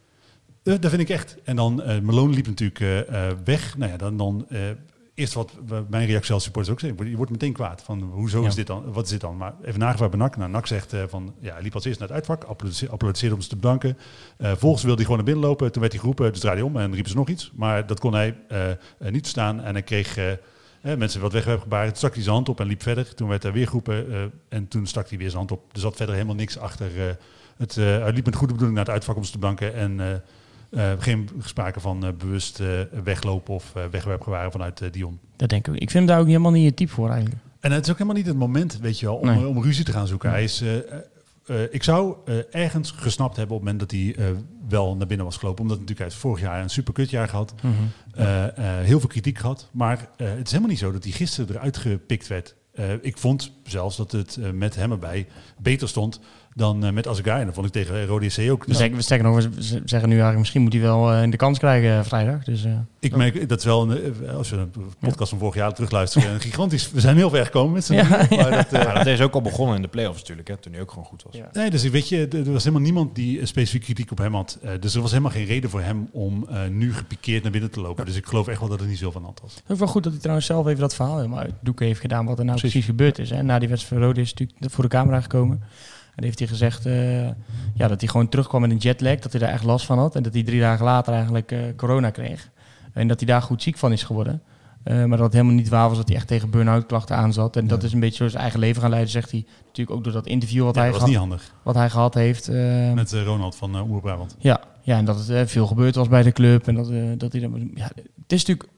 S5: dat vind ik echt. En dan, uh, Malone liep natuurlijk uh, uh, weg. Nou ja, dan... dan uh, Eerst wat mijn reactie als supporters ook zeggen, je wordt meteen kwaad. Van hoezo ja. is dit dan? Wat is dit dan? Maar even nagevraagd bij N A C. Nou, N A C zegt uh, van, ja, hij liep als eerst naar het uitvak, applaudisseerde om ze te bedanken. Uh, volgens wilde hij gewoon naar binnen lopen. Toen werd hij geroepen, dus draaide hij om en riepen ze nog iets. Maar dat kon hij uh, uh, niet verstaan. En hij kreeg uh, uh, mensen wat wegwerpgebaren. Toen stak hij zijn hand op en liep verder. Toen werd hij weer geroepen uh, en toen stak hij weer zijn hand op. Er zat verder helemaal niks achter. Uh, het, uh, hij liep met goede bedoeling naar het uitvak om ze te bedanken. En uh, uh, geen sprake van uh, bewust uh, weglopen of uh, wegwerpgebaren vanuit uh, Dion.
S4: Dat denk ik. Ik vind hem daar ook helemaal niet het type voor eigenlijk.
S5: En het is ook helemaal niet het moment, weet je wel, om,
S4: Nee.
S5: om ruzie te gaan zoeken. Hij is, uh, uh, ik zou uh, ergens gesnapt hebben op het moment dat hij uh, wel naar binnen was gelopen. Omdat natuurlijk hij heeft vorig jaar een super kutjaar gehad.
S4: Mm-hmm.
S5: Uh, uh, heel veel kritiek gehad. Maar uh, het is helemaal niet zo dat hij gisteren eruit gepikt werd. Uh, ik vond zelfs dat het uh, met hem erbij beter stond dan uh, met Azegay. En dat vond ik tegen Rode C ook.
S4: We zeggen, we zeggen, nog, we zeggen nu eigenlijk, misschien moet hij wel uh, in de kans krijgen uh, vrijdag. Dus, uh,
S5: ik merk, dat is wel, een, als we een podcast ja. van vorig jaar terugluisteren, een gigantisch, we zijn heel ver gekomen met z'n
S4: ja,
S5: maar,
S4: ja.
S5: dat, uh,
S3: maar dat is ook al begonnen in de play-offs natuurlijk, hè, toen hij ook gewoon goed was.
S4: Ja.
S5: Nee, dus weet je, er was helemaal niemand die uh, specifiek kritiek op hem had. Uh, dus er was helemaal geen reden voor hem om uh, nu gepikeerd naar binnen te lopen. Ja. Dus ik geloof echt wel dat het niet zo van hand was.
S4: Ook wel goed dat hij trouwens zelf even dat verhaal helemaal uit doeken heeft gedaan, wat er nou precies, precies gebeurd is. Hè. Na die wedstrijd van Rode is hij natuurlijk voor de camera gekomen. En heeft hij gezegd uh, ja, dat hij gewoon terugkwam met een jetlag, dat hij daar echt last van had. En dat hij drie dagen later eigenlijk uh, corona kreeg. En dat hij daar goed ziek van is geworden. Uh, maar dat het helemaal niet waar was dat hij echt tegen burn-out klachten aan zat. En ja. dat is een beetje zo zijn eigen leven gaan leiden, zegt hij. Natuurlijk ook door dat interview wat,
S5: ja,
S4: hij,
S5: dat was
S4: gehad,
S5: niet handig.
S4: wat hij gehad heeft. Uh,
S5: met uh, Ronald van uh, Oer-Brabant.
S4: Ja, ja, en dat het uh, veel gebeurd was bij de club. En dat, uh, dat hij... Ja, het is natuurlijk...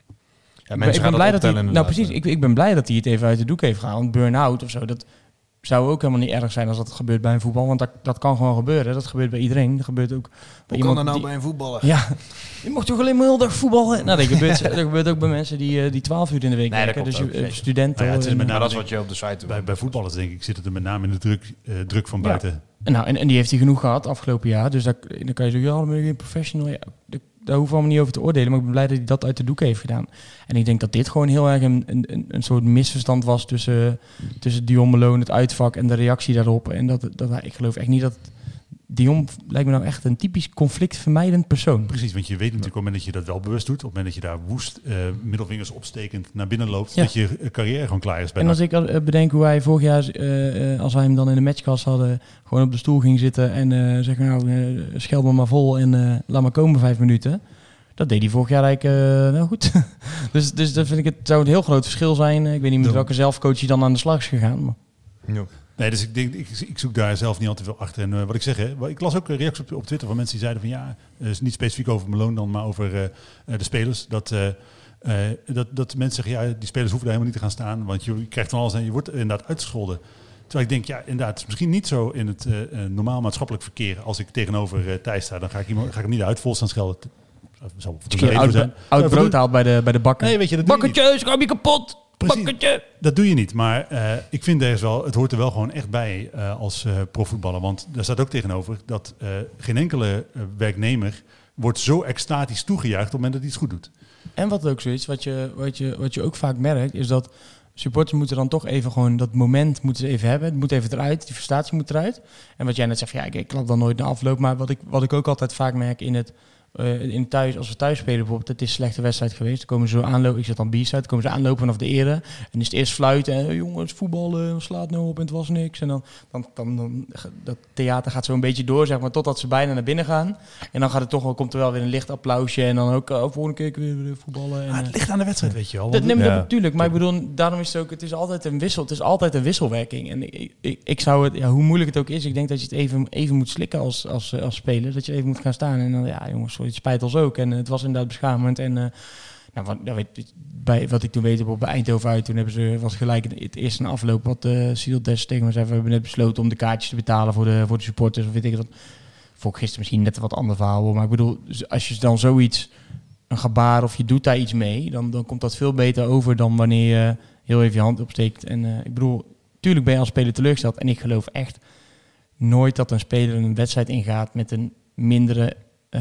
S3: Ja, mensen
S4: ik ben blij dat hij, nou
S3: inderdaad.
S4: precies, ik, ik ben blij dat hij het even uit de doek heeft gehaald. Want burn-out of zo, dat zou ook helemaal niet erg zijn als dat gebeurt bij een voetbal. Want dat, dat kan gewoon gebeuren. Dat gebeurt bij iedereen. Dat gebeurt ook bij
S3: Hoe
S4: iemand
S3: kan dat nou
S4: die,
S3: bij een voetballer?
S4: Ja, je mocht toch alleen maar heel dag voetballen? Nou, dat gebeurt, dat gebeurt ook bij mensen die, die twaalf uur in de week
S3: nee,
S4: werken. Dus
S3: ook,
S4: je, studenten.
S5: Nou ja, het is met name,
S3: maar dat is wat je op de site doet.
S5: Bij, bij voetballers denk ik zit het er met name in de druk, uh, druk van buiten.
S4: Ja. Nou, en, en die heeft hij genoeg gehad afgelopen jaar. Dus daar, dan kan je zeggen, ja, dan ben je een professional. Ja, de, daar hoeven we allemaal niet over te oordelen. Maar ik ben blij dat hij dat uit de doek heeft gedaan. En ik denk dat dit gewoon heel erg een, een, een soort misverstand was tussen, tussen Dion Malone, het uitvak en de reactie daarop. En dat, dat ik geloof echt niet dat... Dion lijkt me nou echt een typisch conflictvermijdend persoon.
S5: Precies, want je weet natuurlijk op het moment dat je dat wel bewust doet, op het moment dat je daar woest uh, middelvingers opstekend naar binnen loopt, ja. dat je carrière gewoon klaar is. Bij
S4: en als ik uh, bedenk hoe hij vorig jaar, uh, uh, als wij hem dan in de matchkast hadden, gewoon op de stoel ging zitten en uh, zeggen nou, uh, scheld me maar vol en uh, laat maar komen vijf minuten. Dat deed hij vorig jaar eigenlijk uh, wel goed. dus, dus dat vind ik, het zou een heel groot verschil zijn. Ik weet niet met no. welke zelfcoach hij dan aan de slag is gegaan. Maar.
S3: No.
S5: Nee, dus ik denk, ik, ik zoek daar zelf niet al te veel achter. En uh, wat ik zeg, hè, ik las ook reacties op, op Twitter van mensen die zeiden van ja, uh, niet specifiek over Malone dan, maar over uh, uh, de spelers. Dat, uh, uh, dat, dat mensen zeggen, ja, die spelers hoeven daar helemaal niet te gaan staan, want je, je krijgt van alles en je wordt inderdaad uitgescholden. Terwijl ik denk, ja, inderdaad, het is misschien niet zo in het uh, uh, normaal maatschappelijk verkeer. Als ik tegenover uh, Thijs sta, dan ga ik, iemand, ga ik hem niet uit vol staan schelden. Zou
S4: oud, zijn. oud brood haalt bij de, bij de bakker.
S5: Nee, weet je, dat
S4: bakkertje, schap je kapot. Bakkertje.
S5: Dat doe je niet. Maar uh, ik vind er wel, het hoort er wel gewoon echt bij uh, als uh, profvoetballer. Want daar staat ook tegenover dat uh, geen enkele uh, werknemer wordt zo extatisch toegejuicht op het moment dat hij iets goed doet.
S4: En wat ook zoiets, wat je, wat je, wat je ook vaak merkt, is dat supporters moeten dan toch even gewoon dat moment moeten ze even hebben. Het moet even eruit, die frustratie moet eruit. En wat jij net zegt, ja, ik, ik klap dan nooit na afloop. Maar wat ik, wat ik ook altijd vaak merk in het Uh, in thuis, als we thuis spelen bijvoorbeeld, het is een slechte wedstrijd geweest. Dan komen ze zo aanlopen, ik zet dan B-side, dan komen ze aanlopen vanaf de ere. En dan is het eerst fluiten en jongens, voetballen, slaat nou op en het was niks. En dan, dan, dan, dan dat theater gaat zo een beetje door, zeg maar, totdat ze bijna naar binnen gaan. En dan gaat het toch wel, komt er wel weer een licht applausje en dan ook, oh, volgende keer weer, weer voetballen. En,
S5: ah, het ligt aan de wedstrijd, weet je wel.
S4: Dat neem ik ja. natuurlijk, maar ik bedoel, daarom is het ook, het is altijd een wissel, het is altijd een wisselwerking. En ik, ik, ik zou het, ja, hoe moeilijk het ook is, ik denk dat je het even, even moet slikken als, als, als speler, dat je even moet gaan staan en dan, ja jongens, sorry, het spijt ons ook. En het was inderdaad beschamend. En uh, nou, wat, nou, weet, bij, wat ik toen weet heb op bij Eindhoven uit, toen hebben ze was gelijk het eerste afloop wat uh, Cyril Des tegen me zei, we hebben net besloten om de kaartjes te betalen voor de, voor de supporters. Of weet ik wat. Vond ik gisteren misschien net een wat ander verhaal. Maar ik bedoel, als je dan zoiets, een gebaar of je doet daar iets mee, dan, dan komt dat veel beter over dan wanneer je heel even je hand opsteekt. En uh, ik bedoel, tuurlijk ben je als speler teleurgesteld. En ik geloof echt nooit dat een speler een wedstrijd ingaat met een mindere Uh,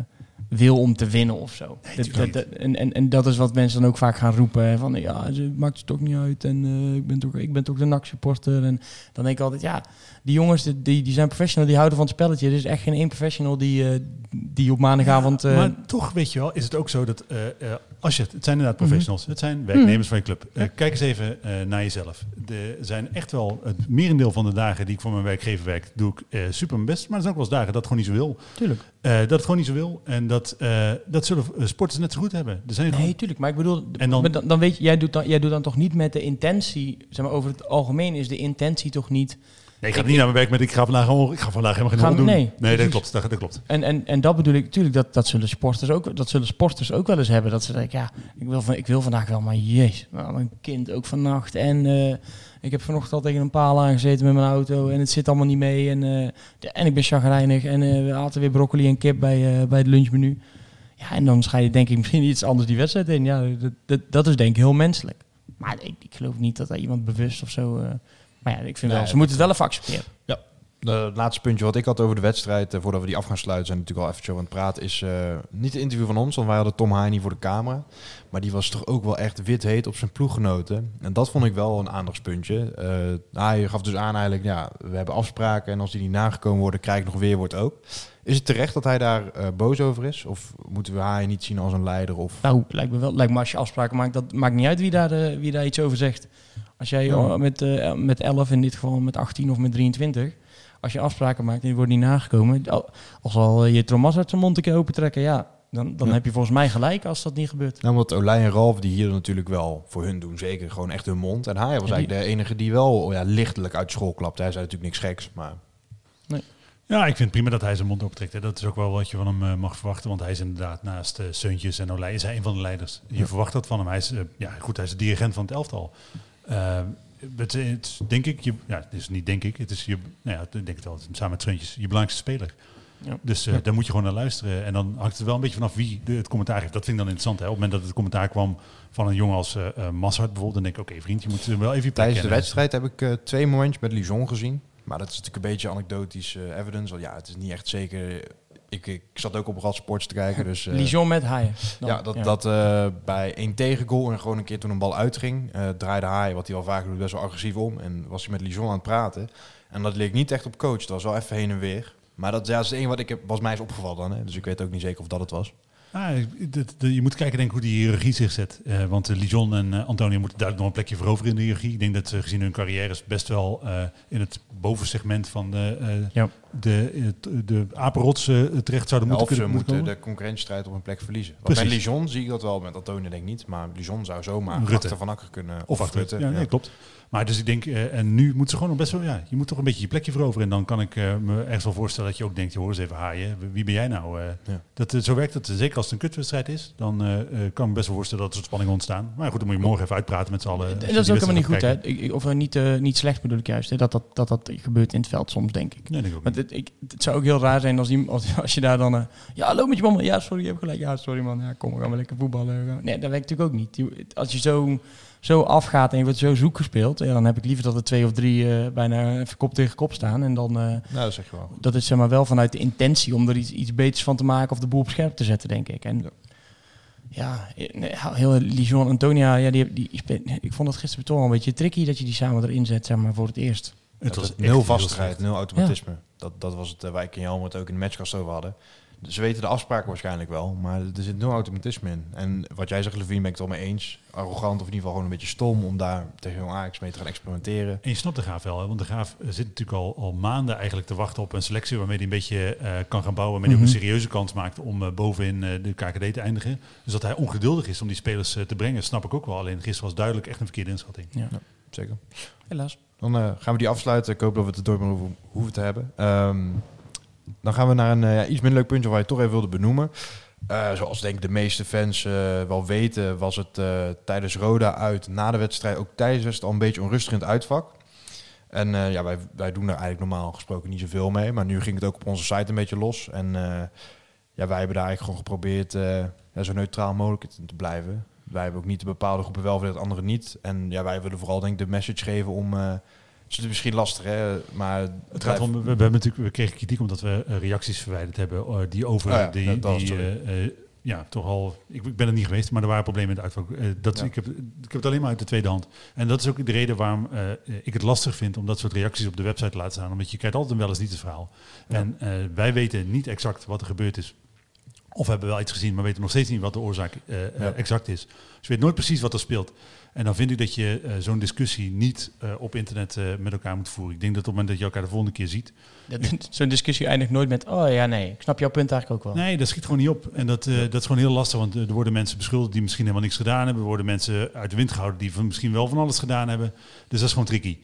S4: wil om te winnen of zo. Nee, dat, dat, dat, en, en, en dat is wat mensen dan ook vaak gaan roepen. Hè, van ja, het maakt het toch niet uit. En uh, ik, ben toch, ik ben toch de N A C-supporter. En dan denk ik altijd, ja, die jongens die, die zijn professional, die houden van het spelletje. Er is echt geen één professional die, uh, die op maandagavond...
S5: Ja,
S4: uh,
S5: maar toch, weet je wel, is het ook zo dat... Uh, uh, als je het, het zijn inderdaad professionals. Mm-hmm. Het zijn werknemers mm-hmm. van je club. Uh, kijk eens even uh, naar jezelf. Er zijn echt wel het merendeel van de dagen die ik voor mijn werkgever werk, doe ik uh, super mijn best. Maar er zijn ook wel eens dagen dat het gewoon niet zo wil.
S4: Tuurlijk.
S5: Uh, dat het gewoon niet zo wil. En dat, uh, dat zullen sporters net zo goed hebben. Er zijn
S4: nee,
S5: gewoon...
S4: tuurlijk. Maar ik bedoel,
S5: en dan,
S4: dan, dan weet je, jij doet dan, jij doet dan toch niet met de intentie, zeg maar over het algemeen is de intentie toch niet
S5: Nee, ik ga niet naar mijn werk met ik ga vandaag, gewoon, ik ga vandaag helemaal geen
S4: Gaan-
S5: hol doen.
S4: nee,
S5: nee dat
S4: precies.
S5: klopt. Dat, dat klopt.
S4: En, en, en dat bedoel ik natuurlijk, dat, dat, zullen sporters ook, dat zullen sporters ook wel eens hebben. Dat ze denken, ja, ik wil, van, ik wil vandaag wel, maar jezus, nou, een kind ook vannacht. En uh, ik heb vanochtend al tegen een paal aangezeten met mijn auto en het zit allemaal niet mee. En, uh, de, en ik ben chagrijnig en uh, we aten weer broccoli en kip bij, uh, bij het lunchmenu. Ja, en dan ga je denk ik misschien iets anders die wedstrijd in. Ja, dat, dat, dat is denk ik heel menselijk. Maar ik, ik geloof niet dat er iemand bewust of zo... Uh, maar ja, ik vind
S3: Nee,
S4: wel, ze moeten het wel even accepteren.
S3: Ja. De, het laatste puntje wat ik had over de wedstrijd, uh, voordat we die af gaan sluiten, zijn natuurlijk al eventjes over aan het praten, is uh, niet het interview van ons, want wij hadden Tom Heine voor de camera. Maar die was toch ook wel echt wit heet op zijn ploeggenoten. En dat vond ik wel een aandachtspuntje. Uh, hij gaf dus aan eigenlijk, ja, we hebben afspraken en als die niet nagekomen worden, krijg ik nog weerwoord ook. Is het terecht dat hij daar uh, boos over is? Of moeten we Heine niet zien als een leider? Of...
S4: Nou, lijkt me wel. Lijkt me als je afspraken maakt, dat maakt niet uit wie daar, uh, wie daar iets over zegt. Als jij
S3: Ja.
S4: uh, met, uh, met elf, in dit geval met achttien of met drieëntwintig... Als je afspraken maakt en die worden niet nagekomen... Als al je Thomas uit zijn mond een keer open trekken... ja, dan, dan
S3: Ja.
S4: heb je volgens mij gelijk als dat niet gebeurt.
S3: Nou, want Olij en Ralf, die hier natuurlijk wel voor hun doen, zeker gewoon echt hun mond. En hij was
S4: Ja, die-
S3: eigenlijk de enige die wel ja, lichtelijk uit school klapte. Hij zei natuurlijk niks geks, maar...
S5: Ja, ik vind het prima dat hij zijn mond optrekt. Hè. Dat is ook wel wat je van hem uh, mag verwachten. Want hij is inderdaad naast uh, Seuntjes en Olij is hij een van de leiders. Je
S3: Ja.
S5: verwacht dat van hem. Hij is, uh, ja, goed, hij is de dirigent van het elftal. Uh, het, het is, denk ik, je, ja, het is niet denk ik, het is je, nou ja, ik denk het wel, samen met Seuntjes, je belangrijkste speler.
S4: Ja.
S5: Dus uh, daar moet je gewoon naar luisteren. En dan hangt het wel een beetje vanaf wie de, het commentaar heeft. Dat vind ik dan interessant. Hè. Op het moment dat het commentaar kwam van een jongen als uh, uh, Massart bijvoorbeeld, dan denk ik, oké okay, vriend, je moet wel even je plek
S3: Tijdens de
S5: kennen.
S3: wedstrijd heb ik uh, twee momentjes met Lijon gezien. Maar dat is natuurlijk een beetje anekdotisch uh, evidence. Want ja, het is niet echt zeker... Ik, ik zat ook op Rad Sports te kijken. Dus, uh,
S4: Lijon met Haaien. Dan,
S3: ja, dat, dat uh, bij één tegengoal en gewoon een keer toen een bal uitging... Uh, draaide Haaien, wat hij al vaker doet, best wel agressief om. En was hij met Lijon aan het praten. En dat leek niet echt op coach. Dat was wel even heen en weer. Maar dat, ja, dat is het enige wat ik heb, was mij is opgevallen dan. Hè. Dus ik weet ook niet zeker of dat het was.
S5: Ah, de, de, je moet kijken denk ik, hoe die hiërarchie zich zet. Uh, want uh, Lijon en uh, Antonio moeten duidelijk nog een plekje veroveren in de hiërarchie. Ik denk dat ze gezien hun carrières best wel uh, in het bovensegment van de, uh,
S4: ja.
S5: de, de, de apenrots uh, terecht zouden
S3: Ja,
S5: moeten
S3: of ze
S5: kunnen
S3: moeten
S5: komen.
S3: de concurrentiestrijd op een plek verliezen. Want bij Lijon zie ik dat wel, met Antonio denk ik niet. Maar Lijon zou zomaar
S5: Rutte.
S3: achter Van Akker kunnen.
S5: Of achter
S3: Rutte.
S5: Ja, nee, ja. klopt. Maar dus ik denk, uh, en nu moet ze gewoon nog best wel, ja, je moet toch een beetje je plekje veroveren. En dan kan ik uh, me ergens wel voorstellen dat je ook denkt, hoor eens even Haaien, wie ben jij nou? Uh, ja. dat, uh, zo werkt het, zeker als het een kutwedstrijd is, dan uh, uh, kan ik me best wel voorstellen dat er soort spanning ontstaan. Maar goed, dan moet je morgen even uitpraten met z'n allen.
S4: En dat is ook helemaal niet goed, hè? Ik, of uh, niet, uh, niet slecht bedoel ik juist, hè? Dat, dat, dat dat gebeurt in het veld soms, denk ik.
S5: Nee, denk ik ook
S4: Want het, ik, het zou ook heel raar zijn als, die, als, als je daar dan, uh, ja, hallo met je man, ja, sorry, je hebt gelijk, ja, sorry man, ja, kom, we gaan maar lekker voetballen. Nee, dat werkt natuurlijk ook niet. Als je zo... zo afgaat en je wordt zo zoek gespeeld, ja, dan heb ik liever dat er twee of drie uh, bijna even kop tegen kop staan. En dan, uh,
S3: nou, dat zeg je wel.
S4: Dat is zeg maar wel vanuit de intentie om er iets, iets beters van te maken of de boel op scherp te zetten, denk ik. En ja, ja heel Lijon en Antonia, ja, die, die, die, ik vond het gisteren toch wel een beetje tricky dat je die samen erin zet, zeg maar, voor het eerst.
S3: Het was nul vastigheid, nul automatisme. Ja. Dat, dat was het uh, waar ik en Jan het ook in de matchcast over hadden. Ze weten de afspraken waarschijnlijk wel, maar er zit nul automatisme in. En wat jij zegt, Levine, ben ik het wel mee eens. Arrogant of in ieder geval gewoon een beetje stom om daar tegen Jong Ajax mee te gaan experimenteren.
S5: En je snapt de Graaf wel, hè? Want de Graaf zit natuurlijk al, al maanden eigenlijk te wachten op een selectie waarmee hij een beetje uh, kan gaan bouwen. Waarmee hij mm-hmm. ook een serieuze kans maakt om uh, bovenin uh, de K K D te eindigen. Dus dat hij ongeduldig is om die spelers uh, te brengen, snap ik ook wel. Alleen gisteren was duidelijk echt een verkeerde inschatting.
S4: Ja,
S3: ja zeker.
S4: Helaas.
S3: Dan uh, gaan we die afsluiten. Ik hoop dat we het er door meer hoeven te hebben. Um, Dan gaan we naar een uh, iets minder leuk puntje waar je toch even wilde benoemen. Uh, zoals denk ik de meeste fans uh, wel weten, was het uh, tijdens Roda uit, na de wedstrijd, ook tijdens de wedstrijd al een beetje onrustig in het uitvak. En uh, ja, wij, wij doen daar eigenlijk normaal gesproken niet zoveel mee. Maar nu ging het ook op onze site een beetje los. En uh, ja, wij hebben daar eigenlijk gewoon geprobeerd uh, ja, zo neutraal mogelijk te blijven. Wij hebben ook niet de bepaalde groepen wel, de andere niet. En ja, wij willen vooral denk ik de message geven om... Uh, het is misschien lastig, hè? Maar het
S5: het gaat om, we, we hebben natuurlijk, we kregen kritiek omdat we uh, reacties verwijderd hebben uh, die over oh ja, die, dat, die uh, uh, ja, toch al. Ik, ik ben er niet geweest, maar er waren problemen in de uitvak. Uh, dat ja. ik heb, ik heb het alleen maar uit de tweede hand. En dat is ook de reden waarom uh, ik het lastig vind om dat soort reacties op de website te laten staan, omdat je krijgt altijd een wel eens niet het verhaal. Ja. En uh, wij weten niet exact wat er gebeurd is. Of we hebben wel iets gezien, maar weten nog steeds niet wat de oorzaak uh, ja. uh, exact is. Dus je weet nooit precies wat er speelt. En dan vind ik dat je uh, zo'n discussie niet uh, op internet uh, met elkaar moet voeren. Ik denk dat op het moment dat je elkaar de volgende keer ziet...
S4: Zo'n discussie eindigt nooit met, oh ja, nee, ik snap jouw punt eigenlijk ook wel.
S5: Nee, dat schiet gewoon niet op. En dat, uh, dat is gewoon heel lastig, want uh, er worden mensen beschuldigd die misschien helemaal niks gedaan hebben. Er worden mensen uit de wind gehouden die van misschien wel van alles gedaan hebben. Dus dat is gewoon tricky. Ja.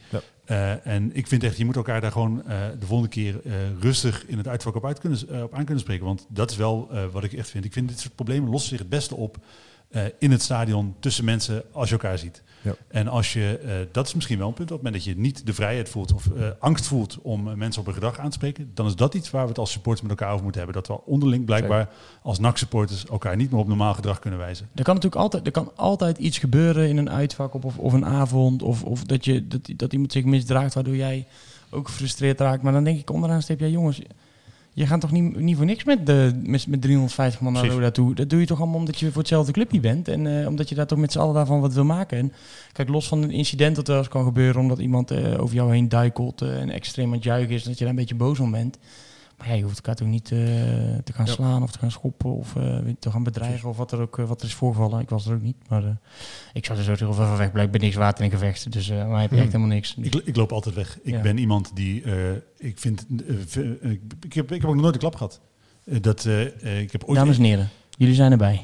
S5: Uh, en ik vind echt, je moet elkaar daar gewoon uh, de volgende keer uh, rustig in het uitvak op, uit kunnen, uh, op aan kunnen spreken. Want dat is wel uh, wat ik echt vind. Ik vind dit soort problemen lossen zich het beste op uh, in het stadion tussen mensen als je elkaar ziet. Ja. En als je, uh, dat is misschien wel een punt, op het moment dat je niet de vrijheid voelt of uh, angst voelt om uh, mensen op hun gedrag aan te spreken, dan is dat iets waar we het als supporters met elkaar over moeten hebben. Dat we onderling blijkbaar Zeker. als N A C-supporters elkaar niet meer op normaal gedrag kunnen wijzen.
S4: Er kan natuurlijk altijd, er kan altijd iets gebeuren in een uitvak of, of een avond of, of dat, je, dat, dat iemand zich misdraagt waardoor jij ook gefrustreerd raakt. Maar dan denk ik onderaan steep, ja jongens, je gaat toch niet, niet voor niks met, de, met, met driehonderdvijftig man naar Roda toe. Dat doe je toch allemaal omdat je voor hetzelfde clubje bent. En uh, omdat je daar toch met z'n allen daarvan wat wil maken. En kijk, los van een incident dat wel eens kan gebeuren omdat iemand uh, over jou heen duikelt uh, en extreem aan het juichen is, dat je daar een beetje boos om bent. Maar ja, je hoeft elkaar toch niet uh, te gaan ja. slaan of te gaan schoppen of uh, te gaan bedreigen of wat er ook uh, wat er is voorgevallen. Ik was er ook niet, maar uh, ik zou er zo heel veel van weg blijven. Ik ben niks waard in een gevecht, dus uh, maar heb je echt helemaal niks. Dus.
S5: Ik, ik loop altijd weg. Ik ja. ben iemand die, uh, ik vind, uh, uh, ik, ik, heb, ik heb ook nog nooit een klap gehad. Uh, dat, uh, uh, ik heb ooit
S4: Dames en heren, jullie zijn erbij.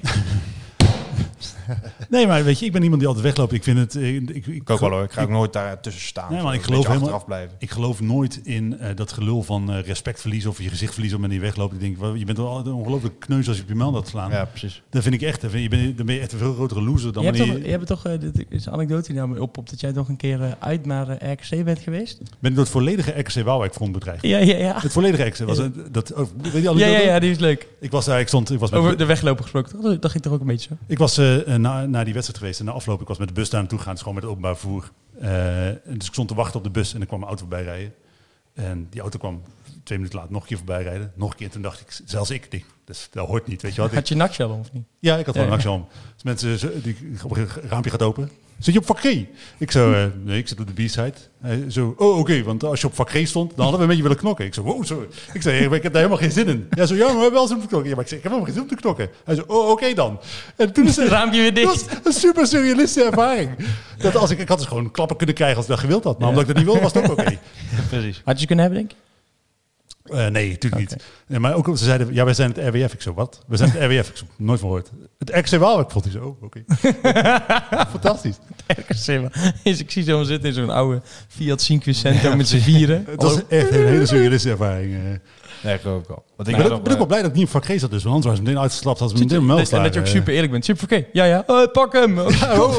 S5: Nee, maar weet je, ik ben iemand die altijd wegloopt. Ik vind het... Ik, ik,
S3: ik ook wel hoor. Ik ga ook nooit daar tussen staan.
S5: Nee, maar ik geloof helemaal, blijven. Ik geloof nooit in uh, dat gelul van uh, respect verliezen of je gezicht verliezen op het moment dat je wegloopt. Ik denk, je bent wel een ongelooflijk kneus als je op je melk laat slaan.
S3: Ja, precies.
S5: Dat vind ik echt. Dan, vind je, ben, dan ben je echt een veel grotere loser dan
S4: je
S5: wanneer...
S4: Hebt toch, je hebt toch, uh, dit is een anekdote die nou op, op dat jij toch een keer uh, uit naar uh, R K C bent geweest?
S5: Ben ik door het volledige R K C Waalwijk front bedreigd.
S4: Ja, ja, ja.
S5: Het volledige R K C was... Uh, dat, oh, weet je al
S4: ja, ja, ja, die is leuk.
S5: Ik was daar, ik stond... Ik was met
S4: Over de wegloper gesproken, toch? Dat ging toch ook een beetje zo?
S5: Ik was uh, na, na die wedstrijd geweest en na afloop, ik was met de bus daar naartoe gegaan, dus gewoon met het openbaar vervoer. Uh, dus ik stond te wachten op de bus en er kwam een auto voorbij rijden. En die auto kwam twee minuten later nog een keer voorbij rijden. Nog een keer, en toen dacht ik, zelfs ik, die, dus dat hoort niet, weet je wat.
S4: Had je een naksjal om of niet?
S5: Ja, ik had wel ja, een naksjal om. Dus mensen, zo, die, een raampje gaat open. Zit je op vak G? Ik zo, uh, nee, ik zit op de B-side. Hij zo, oh oké, okay, want als je op vak G stond, dan hadden we een beetje willen knokken. Ik zo, wow, sorry. Ik zei, ik heb daar helemaal geen zin in. Ja, zo, ja, maar we hebben wel zin om te knokken. Ja, maar ik zei, ik heb helemaal geen zin om te knokken. Hij zo, oh oké okay dan. En toen is het
S4: raampje weer dicht.
S5: Dat was een super surrealistische ervaring. Dat als ik, ik had dus gewoon klappen kunnen krijgen als ik dat gewild had. Maar ja. omdat ik dat niet wilde, was het ook oké. Okay.
S4: Precies. Had je ze kunnen hebben, denk ik?
S5: Uh, nee, natuurlijk okay. niet. Nee, maar ook, ze zeiden, ja, wij zijn het R W F. Ik zo, wat? We zijn het R W F. Ik zo, nooit van gehoord. Het R K C Waalwijk vond ik zo, oh, oké. Okay. Fantastisch.
S4: Het R K C Waalwijk. Ik zie zo zitten in zo'n oude Fiat Cinquecento ja, met z'n vieren.
S5: Het was echt een hele surrealistische ervaring. Uh.
S3: Nee, geloof ik wel.
S5: Want ik ben, ben, ben ook wel blij dat ik niet op vak G zat dus. Want anders was ik meteen uitgeslapt als we meteen een meldslagen.
S4: En dat je ook super eerlijk bent. Super oké. Ja, ja. Uh, pak hem. Ja, oh.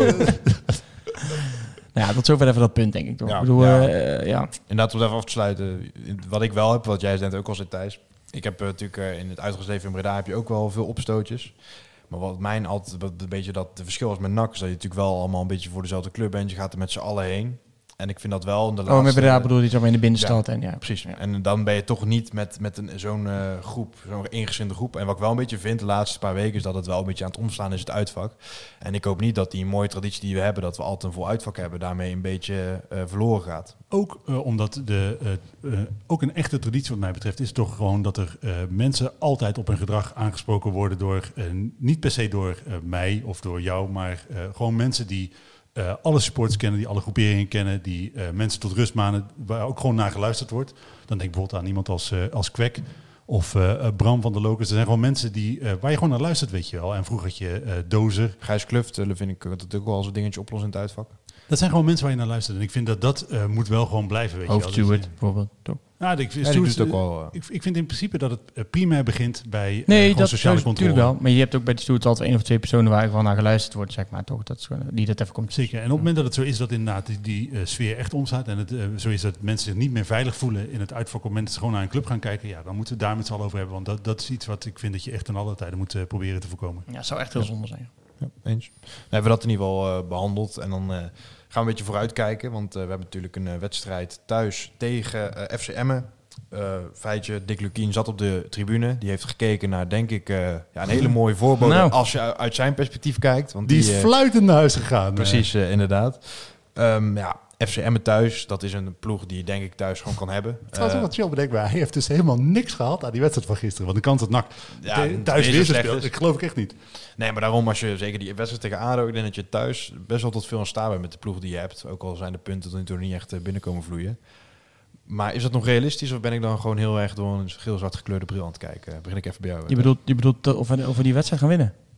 S4: Nou ja, tot zover even dat punt, denk ik. Toch? Ja, ik bedoel, ja. Uh, ja.
S3: Inderdaad, om even af te sluiten. Wat ik wel heb, wat jij net ook al zei, Thijs. Ik heb uh, natuurlijk uh, in het uitgaansleven in Breda heb je ook wel veel opstootjes. Maar wat mijn altijd wat een beetje dat de verschil is met N A C, is dat je natuurlijk wel allemaal een beetje voor dezelfde club bent. Je gaat er met z'n allen heen. En ik vind dat wel in de laatste...
S4: Oh, met Breda bedoel je zo in de binnenstad. Ja, en ja,
S3: precies. Ja. En dan ben je toch niet met, met een, zo'n uh, groep, zo'n ingezinde groep. En wat ik wel een beetje vind de laatste paar weken, is dat het wel een beetje aan het omslaan is, het uitvak. En ik hoop niet dat die mooie traditie die we hebben, dat we altijd een vol uitvak hebben, daarmee een beetje uh, verloren gaat.
S5: Ook uh, omdat de, uh, uh, ook een echte traditie wat mij betreft is toch gewoon dat er uh, mensen altijd op hun gedrag aangesproken worden door, uh, niet per se door uh, mij of door jou, maar uh, gewoon mensen die Uh, alle supporters kennen, die alle groeperingen kennen, die uh, mensen tot rust manen, waar ook gewoon naar geluisterd wordt. Dan denk ik bijvoorbeeld aan iemand als, uh, als Kwek of uh, uh, Bram van der Lokers. Er zijn gewoon mensen die, uh, waar je gewoon naar luistert, weet je wel. En vroeger had je uh, Dozer.
S3: Gijs Kluft, uh, vind ik dat ook wel als een dingetje oplossen in het uitvak.
S5: Dat zijn gewoon mensen waar je naar luistert. En ik vind dat dat uh, moet wel gewoon blijven, weet je wel.
S4: Hoofdsteward, bijvoorbeeld. Toch?
S5: Ja, ik,
S3: ja, Stuart, doet ook wel, uh...
S5: ik, ik vind in principe dat het uh, primair begint bij uh,
S4: nee, dat
S5: sociale controle.
S4: Natuurlijk wel. Maar je hebt ook bij de Stuart altijd één of twee personen waar gewoon naar geluisterd wordt, zeg maar. Toch? Dat is, die dat even komt.
S5: Zeker. En op het moment dat het zo is dat inderdaad die, die uh, sfeer echt omstaat en het uh, zo is dat mensen zich niet meer veilig voelen in het uitvak, op het moment dat ze gewoon naar een club gaan kijken, ja, dan moeten we daar met z'n allen over hebben. Want dat, dat is iets wat ik vind dat je echt ten alle tijden moet uh, proberen te voorkomen.
S4: Ja, het zou echt heel ja. zonde zijn.
S3: Ja, eens. Dan hebben we dat in ieder geval uh, behandeld en dan... Uh, gaan we een beetje vooruitkijken, want uh, we hebben natuurlijk een uh, wedstrijd thuis tegen uh, F C Emmen. Uh, feitje, Dick Lukien zat op de tribune. Die heeft gekeken naar, denk ik, uh, ja, een hele mooie voorbode nou. als je uit zijn perspectief kijkt. Want
S5: die,
S3: die
S5: is uh, fluitend naar huis gegaan.
S3: Precies, uh, inderdaad. Um, ja, F C Emmen thuis, dat is een ploeg die je denk ik thuis gewoon kan hebben.
S5: Het was uh, ook wat chill bedenkbaar. Hij heeft dus helemaal niks gehad aan die wedstrijd van gisteren. Want de kans dat N A C ja, thuis weer speelt, ik geloof ik echt niet.
S3: Nee, maar daarom als je zeker die wedstrijd tegen A D O, ik denk dat je thuis best wel tot veel in staat bent met de ploeg die je hebt. Ook al zijn de punten tot nu toe niet echt binnenkomen vloeien. Maar is dat nog realistisch of ben ik dan gewoon heel erg door een geel-zwart gekleurde bril aan het kijken? Begin ik even bij jou.
S4: Je bedoelt, je bedoelt of we, of we die wedstrijd gaan winnen?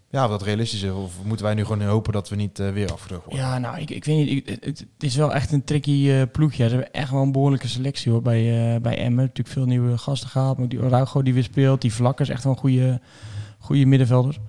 S3: Ja, of dat realistisch is. Of moeten wij nu gewoon hopen dat we niet uh, weer afgedrukt worden?
S4: Ja, nou, ik, ik weet niet. Ik, het, het is wel echt een tricky uh, ploegje. Ze hebben echt wel een behoorlijke selectie hoor, bij, uh, bij Emmen. Natuurlijk veel nieuwe gasten gehaald. Maar die Araujo die weer speelt. Die Vlakker is echt wel een goede, goede middenvelder.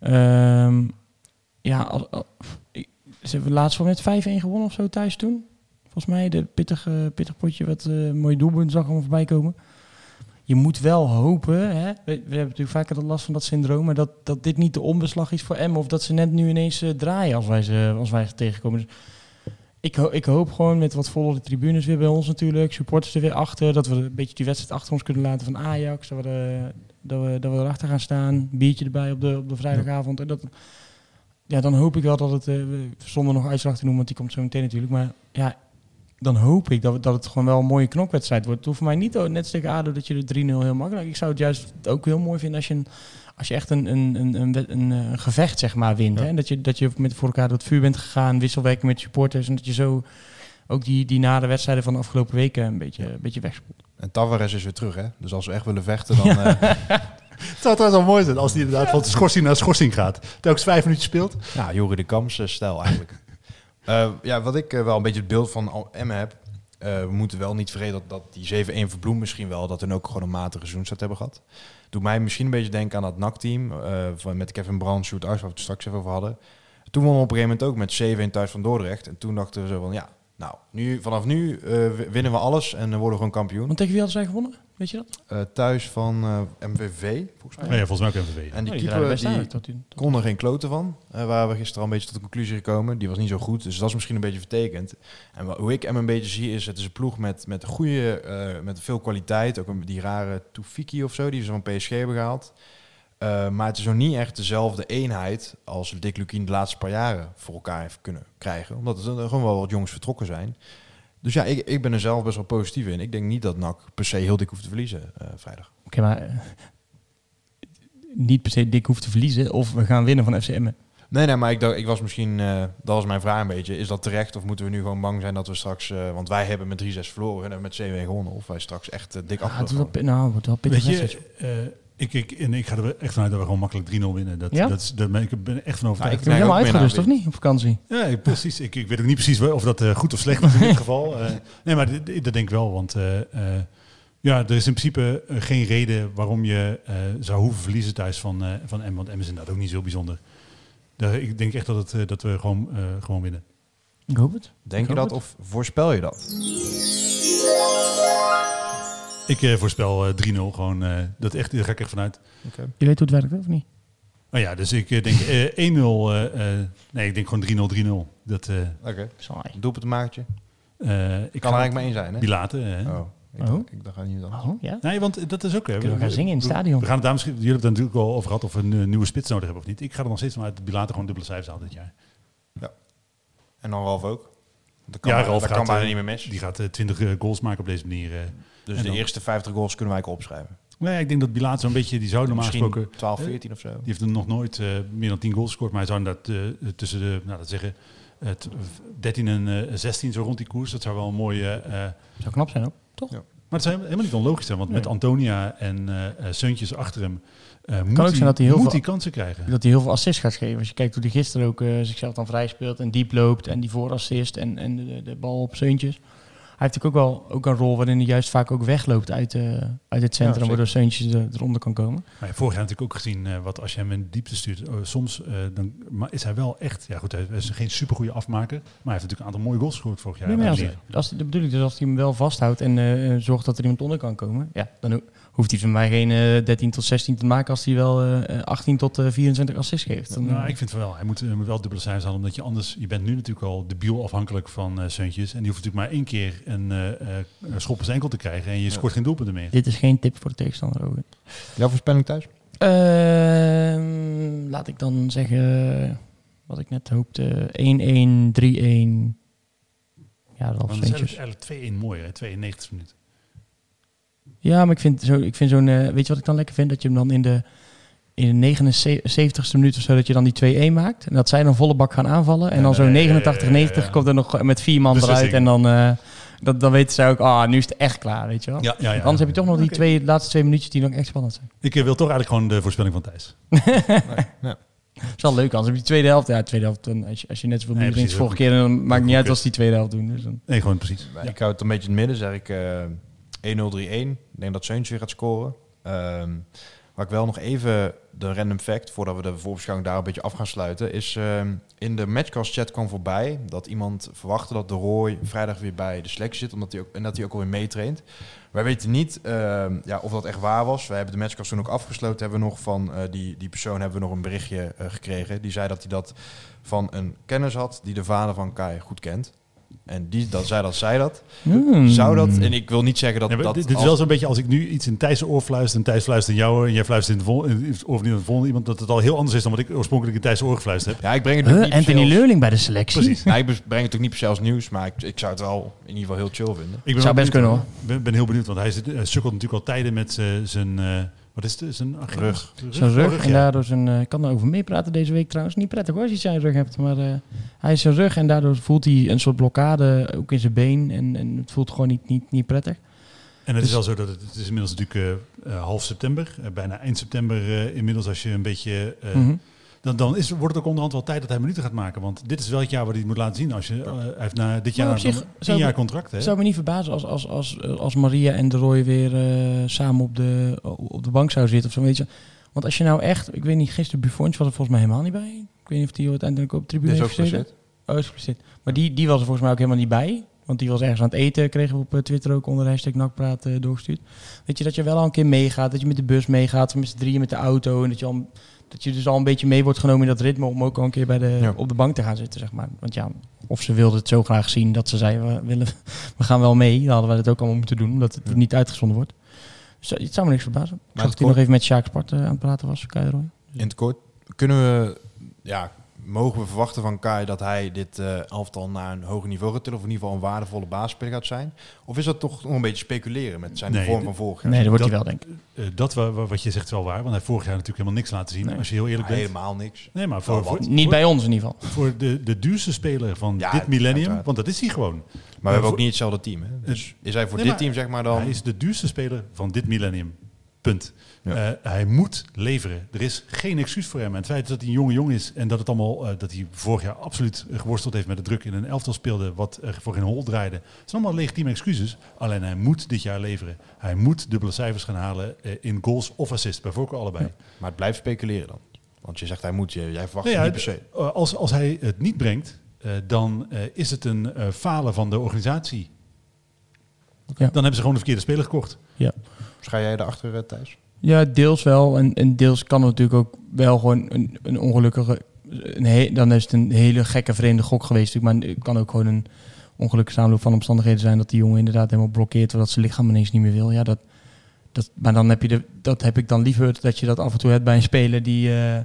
S4: Um, ja, als, als, ik, ze hebben laatst wel met vijf-een gewonnen of zo thuis toen. Volgens mij de pittige, pittig potje wat uh, mooie doelpunten zag allemaal voorbij komen. Je moet wel hopen, hè? We, we hebben natuurlijk vaker de last van dat syndroom, maar dat, dat dit niet de ombeslag is voor Emmen of dat ze net nu ineens uh, draaien als wij ze, als wij ze tegenkomen. Dus ik, ho- ik hoop gewoon met wat vollere tribunes weer bij ons natuurlijk, supporters er weer achter, dat we een beetje die wedstrijd achter ons kunnen laten van Ajax, dat we, de, dat we, dat we erachter gaan staan, biertje erbij op de, op de vrijdagavond. En dat, ja, dan hoop ik wel dat het, uh, zonder nog uitslag te noemen, want die komt zo meteen natuurlijk, maar ja, dan hoop ik dat, dat het gewoon wel een mooie knokwedstrijd wordt. Het hoeft voor mij niet, oh, net als tegen A D O, dat je de drie nul heel makkelijk... Ik zou het juist ook heel mooi vinden als je, een, als je echt een, een, een, een, een, een gevecht zeg maar, wint. Ja. Hè? Dat je, dat je met voor elkaar door het vuur bent gegaan, wisselwerking met supporters... en dat je zo ook die, die nare wedstrijden van de afgelopen weken een beetje, een beetje wegspoelt.
S3: En Tavares is weer terug, hè? Dus als we echt willen vechten, dan... Ja. Uh...
S5: Het zou trouwens wel mooi zijn als hij inderdaad van schorsing naar schorsing gaat. Telkens vijf minuten speelt.
S3: Ja, Joeri de Kamps uh, stijl eigenlijk. uh, ja, wat ik uh, wel een beetje het beeld van Emmen heb... Uh, we moeten wel niet vergeten dat, dat die zeven-een verbloem misschien wel... dat hun ook gewoon een matige seizoenstart hebben gehad. Doet mij misschien een beetje denken aan dat N A C-team... Uh, met Kevin Brandt, Sjoerd Uijs, waar we het straks even over hadden. Toen wonnen we op een gegeven moment ook met zeven-een thuis van Dordrecht. En toen dachten we zo van, ja, nou, nu, vanaf nu uh, winnen we alles... en dan worden we gewoon kampioen.
S4: Want tegen wie hadden zij gewonnen? Weet je dat?
S3: Uh, thuis van uh, M V V, volgens mij.
S5: Ja, ja, volgens mij ook M V V.
S3: En die
S4: oh,
S3: keeper,
S4: die,
S3: die, die kon er geen kloten van. Uh, waar we gisteren al een beetje tot de conclusie gekomen. Die was niet zo goed, dus dat is misschien een beetje vertekend. En hoe ik hem een beetje zie is, het is een ploeg met, met, goede, uh, met veel kwaliteit. Ook een, die rare Toufiki of zo, die ze van P S G hebben gehaald. Uh, maar het is nog niet echt dezelfde eenheid als Dick Lukien de laatste paar jaren voor elkaar heeft kunnen krijgen. Omdat er gewoon wel wat jongens vertrokken zijn. Dus ja, ik, ik ben er zelf best wel positief in. Ik denk niet dat N A C per se heel dik hoeft te verliezen uh, vrijdag.
S4: Oké, okay, maar uh, niet per se dik hoeft te verliezen of we gaan winnen van F C Emmen.
S3: Nee, nee, maar ik, dacht, ik was misschien, uh, dat was mijn vraag een beetje. Is dat terecht of moeten we nu gewoon bang zijn dat we straks... Uh, want wij hebben met drie zes verloren en hebben met zeven-een gewonnen. Of wij straks echt uh, dik
S4: ah,
S3: afgelopen.
S4: Nou, wordt wel pittig.
S5: Weet je, uh, ik, ik, en ik ga er echt vanuit dat we gewoon makkelijk drie nul winnen. Dat,
S4: ja?
S5: dat is, dat ben ik ben echt van overtuigd.
S4: Ja, ik ben helemaal uitgerust, of niet? Op vakantie?
S5: Ja, ik, precies. Ik, ik weet ook niet precies of dat uh, goed of slecht is in dit geval. Uh, nee, maar d- d- dat denk ik wel. Want uh, uh, ja, er is in principe uh, geen reden waarom je uh, zou hoeven verliezen thuis van, uh, van Emmen. Want Emmen is inderdaad ook niet zo bijzonder. Daar, ik denk echt dat, het, uh, dat we gewoon, uh, gewoon winnen.
S4: Ik hoop het.
S3: Denk
S4: ik
S3: je dat
S4: het.
S3: of voorspel je dat?
S5: Ik uh, voorspel uh, drie nul. Gewoon, uh, dat echt, daar ga ik echt vanuit.
S3: Okay.
S4: Je weet hoe het werkt, of niet?
S5: Oh ja, dus ik uh, denk uh, één nul. Uh, uh, nee, ik denk gewoon drie nul, drie nul. Dat, uh,
S3: Oké. Okay.
S4: Saai.
S3: Doelpunt maatje?
S5: Uh, ik
S3: kan er eigenlijk maar één zijn, hè?
S5: Bilaten. Uh.
S3: Oh. Ik,
S4: oh.
S3: dacht, ik dacht aan niet anders.
S4: Oh, ja?
S5: Nee, want dat is ook...
S4: Kunnen we gaan zingen in het stadion.
S5: We gaan het daar misschien... Jullie hebben het natuurlijk al over gehad of we een uh, nieuwe spits nodig hebben of niet. Ik ga er nog steeds vanuit dat Bilater gewoon dubbele cijfers haalt dit jaar.
S3: Ja. En dan Ralf ook? Dat kan,
S5: ja,
S3: maar,
S5: Ralf
S3: dat
S5: gaat,
S3: kan bijna
S5: uh,
S3: niet meer mis.
S5: Die gaat uh, twintig uh, goals maken op deze manier. Uh,
S3: dus de
S5: dan,
S3: eerste vijftig goals kunnen wij ook opschrijven?
S5: Nee, ik denk dat Bilater zo'n beetje... Die zou normaal
S3: misschien
S5: gesproken...
S3: twaalf, veertien of zo. Die
S5: heeft er nog nooit uh, meer dan tien goals gescoord. Maar hij zou dat uh, tussen de... Nou, dat zeggen... Uh, dertien en uh, zestien zo rond die koers. Dat zou wel een mooie... Uh,
S4: zou knap zijn ook, toch?
S5: Ja. Maar het is helemaal niet onlogisch, hè, want nee. met Antonia en uh, Seuntjes achter hem uh, moet,
S4: kan ook zijn dat hij heel
S5: moet
S4: veel,
S5: die kansen krijgen.
S4: Dat hij heel veel assists gaat geven. Als je kijkt hoe hij gisteren ook uh, zichzelf dan vrij speelt en diep loopt en die voorassist en, en de, de bal op Seuntjes. Hij heeft natuurlijk ook wel ook een rol waarin hij juist vaak ook wegloopt uit, uh, uit het centrum, ja, waardoor Seuntjes er, eronder kan komen.
S5: Maar ja, vorig jaar natuurlijk ook gezien, uh, wat als je hem in de diepte stuurt, uh, soms uh, dan, maar is hij wel echt, ja goed, hij is geen supergoeie afmaker, maar hij heeft natuurlijk een aantal mooie goals gescoord vorig jaar.
S4: Nee, maar als, als, dat bedoel ik dus, als hij hem wel vasthoudt en uh, zorgt dat er iemand onder kan komen, ja, dan hoeft hij van mij geen uh, dertien tot zestien te maken als hij wel uh, achttien tot vierentwintig assists geeft. Dan,
S5: nou, ik vind het wel. Hij moet, uh, moet wel dubbele cijfers halen, omdat je anders, je bent nu natuurlijk al debiel afhankelijk van uh, Seuntjes en die hoeft natuurlijk maar één keer een uh, uh, schop op zijn enkel te krijgen en je scoort ja. geen doelpunten meer.
S4: Dit is geen tip voor de tegenstander, ook.
S3: Jouw voorspelling thuis?
S4: Uh, laat ik dan zeggen wat ik net hoopte. één-één, drie-één. Ja, dat
S5: is eigenlijk twee-één mooi, hè? tweeënnegentig minuten.
S4: Ja, maar ik vind, zo, ik vind zo'n... Uh, weet je wat ik dan lekker vind? Dat je hem dan in de, in de negenenzeventigste minuut of zo, dat je dan die twee-één maakt. En dat zij dan volle bak gaan aanvallen. En dan nee, zo negenentachtig, negentig ja, ja, ja. komt er nog met vier man dus eruit. En dan, uh, dat, dan weten zij ook, ah, nu is het echt klaar, weet je wel.
S5: Ja, ja, ja.
S4: Anders heb je toch nog die
S5: okay.
S4: twee, laatste twee minuutjes die nog echt spannend zijn.
S5: Ik wil toch eigenlijk gewoon de voorspelling van Thijs.
S3: nee, ja.
S4: is wel leuk, anders heb je de tweede helft. Ja, de tweede helft, dan, als, je, als je net zoveel
S5: Nee,
S4: minuten
S5: precies,
S4: drinkt als vorige keer, dan maakt het niet uit
S5: kut.
S4: wat ze die tweede helft doen. Dus dan.
S5: Nee, gewoon precies.
S3: Ja. Ik hou het een beetje in het midden, zeg ik uh, één nul drie een. Ik denk dat Seuntje weer gaat scoren. Um, waar ik wel nog even de random fact, voordat we de voorbeschouwing daar een beetje af gaan sluiten, is uh, in de Matchcast chat kwam voorbij dat iemand verwachtte dat de Roy vrijdag weer bij de selectie zit, omdat hij ook, en dat hij ook alweer meetraint. Wij weten niet uh, ja, of dat echt waar was. Wij hebben de Matchcast toen ook afgesloten. Hebben we nog van uh, die, die persoon hebben we nog een berichtje uh, gekregen. Die zei dat hij dat van een kennis had die de vader van Kai goed kent. En die dat zei dat zij dat.
S4: Hmm.
S3: Zou dat, en ik wil niet zeggen dat...
S5: Ja,
S3: dat
S5: dit, dit is
S3: als,
S5: wel zo'n beetje als ik nu iets in Thijs' oor fluister en Thijs fluistert in jou en jij fluistert in de vol, in het oor van de volgende iemand, dat het al heel anders is dan wat ik oorspronkelijk in Thijs' oor gefluisterd heb.
S3: Ja, ik breng het
S4: Huh,
S3: niet per se
S4: Anthony
S3: als-
S4: Leurling bij de selectie.
S5: Precies.
S3: Ja, ik breng het ook niet per se als nieuws, maar ik, ik zou het wel in ieder geval heel chill vinden.
S5: Ik ben
S4: Zou
S5: wel
S4: best
S5: benieuwd,
S4: kunnen,
S5: hoor. ben, ben heel benieuwd, want hij, zit, hij sukkelt natuurlijk al tijden met uh, zijn... Uh, wat is het? Zijn
S3: Rug.
S4: Zijn rug. En
S5: ja.
S4: daardoor zijn... Uh, ik kan erover meepraten deze week trouwens. Niet prettig hoor, als je zijn rug hebt. Maar uh, hij is zijn rug en daardoor voelt hij een soort blokkade ook in zijn been. En, en het voelt gewoon niet, niet, niet prettig.
S5: En het
S4: Dus-
S5: is wel zo dat het, het is inmiddels natuurlijk uh, uh, half september, uh, bijna eind september uh, inmiddels als je een beetje... Uh,
S4: Mm-hmm.
S5: Dan, dan is, wordt het ook onderhand wel tijd dat hij minuten gaat maken. Want dit is wel het jaar waar hij het moet laten zien. Als je, uh, hij heeft na dit jaar
S4: Maar op zich
S5: dan een
S4: zou
S5: jaar
S4: me-
S5: contract. Hè?
S4: zou me niet verbazen als, als, als, als Maria en de Roy weer uh, samen op de, op de bank zouden zitten. Of zo, weet je. Want als je nou echt... Ik weet niet, gisteren Buffons was er volgens mij helemaal niet bij. Ik weet niet of die uiteindelijk op de tribune
S3: Dit is
S4: heeft
S3: ook
S4: gezeten.
S3: gezet.
S4: Oh, is gezet. Maar die, die was er volgens mij ook helemaal niet bij. Want die was ergens aan het eten, kregen we op uh, Twitter ook onder de hashtag Nakpraat uh, doorgestuurd. Weet je, dat je wel al een keer meegaat, dat je met de bus meegaat, met z'n drieën met de auto. En dat je, al, dat je dus al een beetje mee wordt genomen in dat ritme om ook al een keer bij de,
S3: Ja.
S4: op de bank te gaan zitten, zeg maar. Want ja, of ze wilden het zo graag zien dat ze zeiden, we, willen, we gaan wel mee. Dan hadden wij dat ook allemaal moeten doen, omdat het
S3: Ja.
S4: niet uitgezonden wordt. Dus uh, het zou me niks verbazen. Ik
S3: Maar
S4: zag
S3: het
S4: dat hij
S3: kort-
S4: nog even met Sjaak Sport uh, aan het praten was, Kai de Roy.
S3: In het kort, kunnen we, ja, mogen we verwachten van Kai dat hij dit uh, elftal naar een hoger niveau gaat tillen, of in ieder geval een waardevolle basisspeler gaat zijn? Of is dat toch nog een beetje speculeren met zijn
S5: Nee,
S3: vorm
S5: dit-
S3: van vorig jaar?
S4: Nee, dat wordt
S5: dat-
S4: hij wel, denk ik.
S5: Uh, dat wa- wa- wat je zegt is wel waar. Want hij heeft vorig jaar natuurlijk helemaal niks laten zien.
S4: Nee.
S5: Als je heel eerlijk
S3: Ja,
S5: bent.
S3: helemaal niks.
S5: Nee, maar voor,
S3: Wel
S5: voor,
S3: wat.
S4: Niet
S5: voor,
S4: bij ons in ieder geval.
S5: voor de, de duurste speler van
S3: Ja,
S5: dit millennium.
S3: uiteraard.
S5: Want dat is hij gewoon.
S3: Maar we hebben ook
S5: voor-
S3: niet hetzelfde team. Hè? Dus is hij voor
S5: Nee,
S3: dit
S5: maar
S3: team zeg maar dan...
S5: Hij is de duurste speler van dit millennium. Punt.
S3: Ja.
S5: Uh, hij moet leveren. Er is geen excuus voor hem. En het feit dat hij een jonge jongen is en dat het allemaal, uh, dat hij vorig jaar absoluut uh, geworsteld heeft met de druk in een elftal speelde wat uh, voor geen hol draaide. Het zijn allemaal legitieme excuses. Alleen hij moet dit jaar leveren. Hij moet dubbele cijfers gaan halen uh, in goals of assists. Bij voorkeur allebei.
S3: Maar het blijft speculeren dan. Want je zegt hij moet, je, jij verwacht
S5: Nee,
S3: het
S5: ja,
S3: niet per se.
S5: uh, als, als hij het niet brengt, uh, dan uh, is het een uh, falen van de organisatie.
S4: Ja.
S5: Dan hebben ze gewoon de verkeerde speler gekocht.
S3: Schij jij erachter, uh, Thijs?
S4: Ja, deels wel. En, en deels kan het natuurlijk ook wel gewoon een, een ongelukkige... Een he, dan is het een hele gekke vreemde gok geweest. natuurlijk, Maar het kan ook gewoon een ongelukkige samenloop van omstandigheden zijn... dat die jongen inderdaad helemaal blokkeert... zodat zijn lichaam ineens niet meer wil. Ja, dat, dat, maar dan heb je de, dat heb ik dan liever dat je dat af en toe hebt bij een speler... die, uh, uh,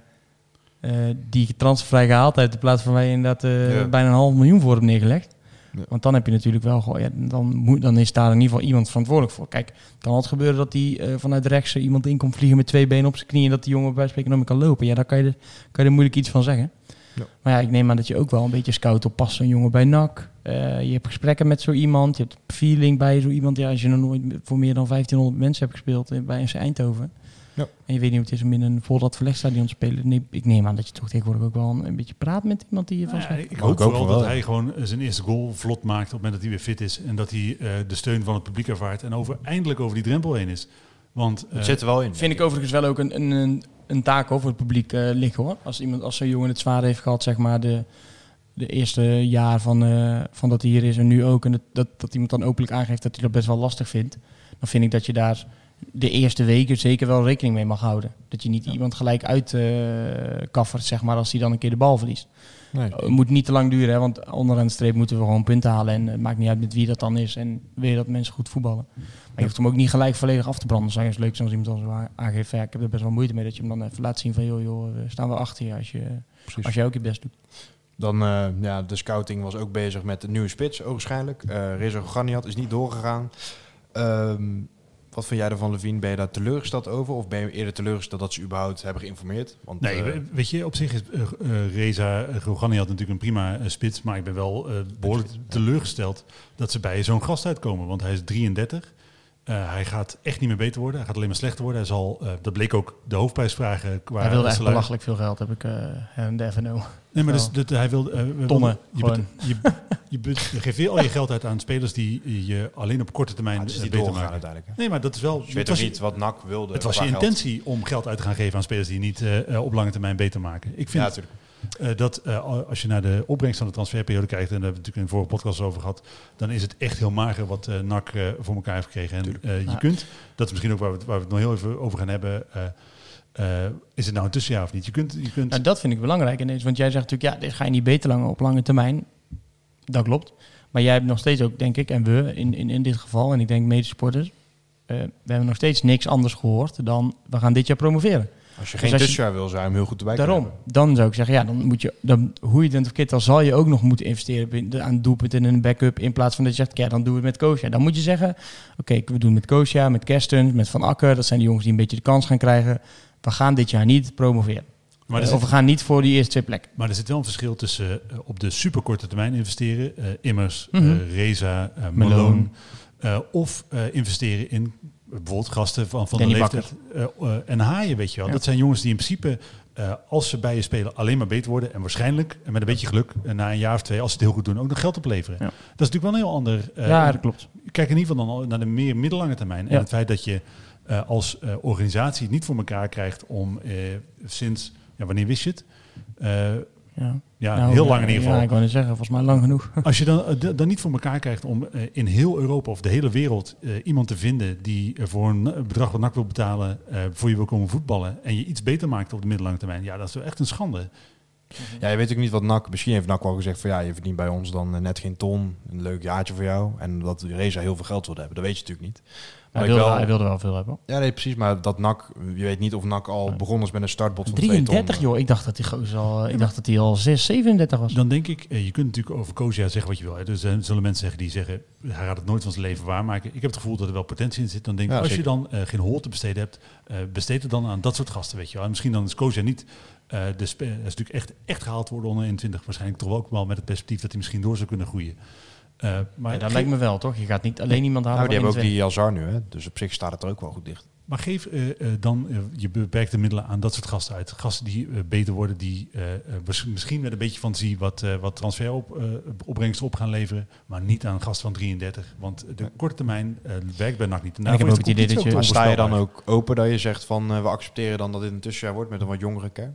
S4: die transfervrij gehaald heeft... in plaats van waar je inderdaad uh,
S3: Ja.
S4: bijna een half miljoen voor hebt neergelegd.
S3: Ja.
S4: Want dan heb je natuurlijk wel gewoon, ja, dan, moet, dan is daar in ieder geval iemand verantwoordelijk voor. Kijk, het kan altijd gebeuren dat die uh, vanuit rechts uh, iemand in komt vliegen met twee benen op zijn knieën, dat die jongen bij spreken nog meer kan lopen. Ja, daar kan je, de, kan je er moeilijk iets van zeggen.
S3: Ja.
S4: Maar ja, ik neem aan dat je ook wel een beetje scout op past zo'n jongen bij N A C. Uh, je hebt gesprekken met zo iemand, je hebt feeling bij zo iemand. Ja, als je nog nooit voor meer dan vijftienhonderd mensen hebt gespeeld uh, bij N C Eindhoven.
S3: Ja.
S4: En je weet niet hoe het is om in een vol dat verlegstadion te spelen. Nee, ik neem aan dat je toch tegenwoordig ook wel een, een beetje praat met iemand die je van
S5: Nou ja,
S4: zegt.
S5: ik
S3: Maar
S5: hoop
S3: ook ook
S5: vooral
S3: wel,
S5: dat
S3: ja.
S5: hij gewoon uh, zijn eerste goal vlot maakt op het moment dat hij weer fit is. En dat hij uh, de steun van het publiek ervaart en over, eindelijk over die drempel heen is. Want uh,
S3: Het zit er wel in.
S4: Vind ik overigens wel ook een, een, een, een taak hoor, voor het publiek uh, liggen hoor. Als iemand als zo'n jongen het zwaar heeft gehad, zeg maar, de, de eerste jaar van, uh, van dat hij hier is en nu ook. En dat, dat, dat iemand dan openlijk aangeeft dat hij dat best wel lastig vindt. Dan vind ik dat je daar de eerste weken zeker wel rekening mee mag houden. Dat je niet ja. iemand gelijk uitkaffert, uh, zeg maar, als hij dan een keer de bal verliest.
S3: Nee.
S4: Het moet niet te lang duren, hè, want onderaan de streep moeten we gewoon punten halen. En het maakt niet uit met wie dat dan is. En wil je dat mensen goed voetballen. Maar je hoeft hem ook niet gelijk volledig af te branden. Het zou juist leuk zijn als iemand al zo aangeeft. Ja, ik heb er best wel moeite mee dat je hem dan even laat zien van... joh, joh, we staan wel achter je als je, als je ook je best doet.
S3: Dan, uh, ja, de scouting was ook bezig met de nieuwe spits, waarschijnlijk. Uh, Reza Ghaniat is niet doorgegaan. Um, Wat vind jij ervan, Levine? Ben je daar teleurgesteld over? Of ben je eerder teleurgesteld dat ze überhaupt hebben geïnformeerd? Want,
S5: nee, uh, weet je, op zich is uh, uh, Reza Ghogani had natuurlijk een prima uh, spits. Maar ik ben wel uh, behoorlijk teleurgesteld dat ze bij zo'n gast uitkomen. Want hij is drieëndertig. Uh, hij gaat echt niet meer beter worden. Hij gaat alleen maar slechter worden. Hij zal, uh, dat bleek ook de hoofdprijsvragen. Qua
S4: hij wilde echt
S5: salaris.
S4: belachelijk veel geld, heb ik uh, de F N O.
S5: Nee, maar dus, dat, hij wilde... Uh,
S4: Tonnen.
S5: Je, bet, je, je, bet, je geeft weer al je geld uit aan spelers die je alleen op korte termijn
S3: ah, dus
S5: beter
S3: doorgaan
S5: maken.
S3: Uiteindelijk.
S5: Nee, maar dat is wel...
S3: Je weet toch niet wat N A C wilde.
S5: Het was je intentie geld. om geld uit te gaan geven aan spelers die je niet uh, op lange termijn beter maken. Ik vind... Ja, Uh, dat uh, als je naar de opbrengst van de transferperiode kijkt, en daar hebben we natuurlijk in de vorige podcast over gehad, dan is het echt heel mager wat uh, N A C uh, voor elkaar heeft gekregen. En uh, je ja. kunt, dat is misschien ook waar we, het, waar we het nog heel even over gaan hebben, uh, uh, is het nou een tussenjaar of niet? Je kunt, je kunt...
S4: Nou, dat vind ik belangrijk ineens, want jij zegt natuurlijk, ja, dit ga je niet beter lang op lange termijn. Dat klopt. Maar jij hebt nog steeds ook, denk ik, en we in, in, in dit geval, en ik denk medesupporters, uh, we hebben nog steeds niks anders gehoord dan, we gaan dit jaar promoveren.
S3: Als je geen dus als tussenjaar je, wil, zou je hem heel goed erbij
S4: daarom,
S3: kunnen hebben.
S4: Dan zou ik zeggen, ja, dan moet je, dan, hoe je het bent of kind, dan zal je ook nog moeten investeren aan doelpunten en een backup, in plaats van dat je zegt, ja, dan doen we het met Koosja. Dan moet je zeggen, oké, okay, we doen het met Koosja, met Kersten, met Van Akker, dat zijn de jongens die een beetje de kans gaan krijgen. We gaan dit jaar niet promoveren. Maar uh, of we gaan niet voor die eerste twee plekken.
S5: Maar er zit wel een verschil tussen uh, op de superkorte termijn investeren, uh, Immers, mm-hmm. uh, Reza, uh, Malone, uh, of uh, investeren in bijvoorbeeld gasten van, van de leeftijd uh, uh, en Haaien, weet je wel. Ja. Dat zijn jongens die in principe, uh, als ze bij je spelen, alleen maar beter worden. En waarschijnlijk, en met een beetje geluk, uh, na een jaar of twee, als ze het heel goed doen, ook nog geld opleveren. Ja. Dat is natuurlijk wel een heel ander... Uh,
S4: ja, dat klopt.
S5: Kijk in ieder geval dan naar de meer middellange termijn. Ja. En het feit dat je uh, als uh, organisatie het niet voor elkaar krijgt om uh, sinds... Ja, wanneer wist je het? Uh,
S4: Ja,
S5: ja
S4: nou,
S5: heel lang in ieder geval.
S4: Ja, ik wou niet zeggen, volgens mij lang genoeg.
S5: Als je dan, uh, dan niet voor elkaar krijgt om uh, in heel Europa of de hele wereld uh, iemand te vinden die uh, voor een bedrag wat N A C wil betalen, uh, voor je wil komen voetballen en je iets beter maakt op de middellange termijn, ja, dat is wel echt een schande.
S3: Ja, je weet ook niet wat N A C... Misschien heeft N A C wel gezegd van ja, je verdient bij ons dan uh, net geen ton. Een leuk jaartje voor jou. En dat Reza heel veel geld wilde hebben. Dat weet je natuurlijk niet.
S4: Maar hij, wilde, wel, hij wilde wel veel hebben.
S3: Ja, nee, precies. Maar dat N A C... Je weet niet of N A C al begonnen is met een startbod van
S4: drieëndertig,
S3: twee ton.
S4: Joh. Ik dacht dat hij al, ik dacht dat hij al zes, zevenendertig was.
S5: Dan denk ik, uh, je kunt natuurlijk over Koosja zeggen wat je wil. Hè. Dus uh, zullen mensen zeggen die zeggen, hij gaat het nooit van zijn leven waarmaken. Ik heb het gevoel dat er wel potentie in zit. Dan denk ik, ja, als zeker. je dan uh, geen hol te besteden hebt, uh, besteed het dan aan dat soort gasten, weet je wel. En misschien dan is Koosja niet... Uh, de spe- is natuurlijk echt, echt gehaald worden onder eenentwintig. Waarschijnlijk toch ook wel met het perspectief dat hij misschien door zou kunnen groeien. Uh, maar
S4: ja, dat ge- lijkt me wel, toch? Je gaat niet alleen iemand halen.
S3: Nou, die hebben ook die Azar nu, hè? Dus op zich staat het er ook wel goed dicht.
S5: Maar geef uh, uh, dan uh, je beperkte middelen aan dat soort gasten uit. Gasten die uh, beter worden, die uh, uh, misschien met een beetje fantasie wat, uh, wat transferopbrengsten op, uh, op gaan leveren. Maar niet aan een gast van drieëndertig. Want de ja. korte termijn uh, werkt bij N A C niet. En
S4: en ik heb ook het idee dat je...
S3: Maar sta je dan ook open dat je zegt van uh, we accepteren dan dat dit een tussenjaar wordt met een wat jongere kern?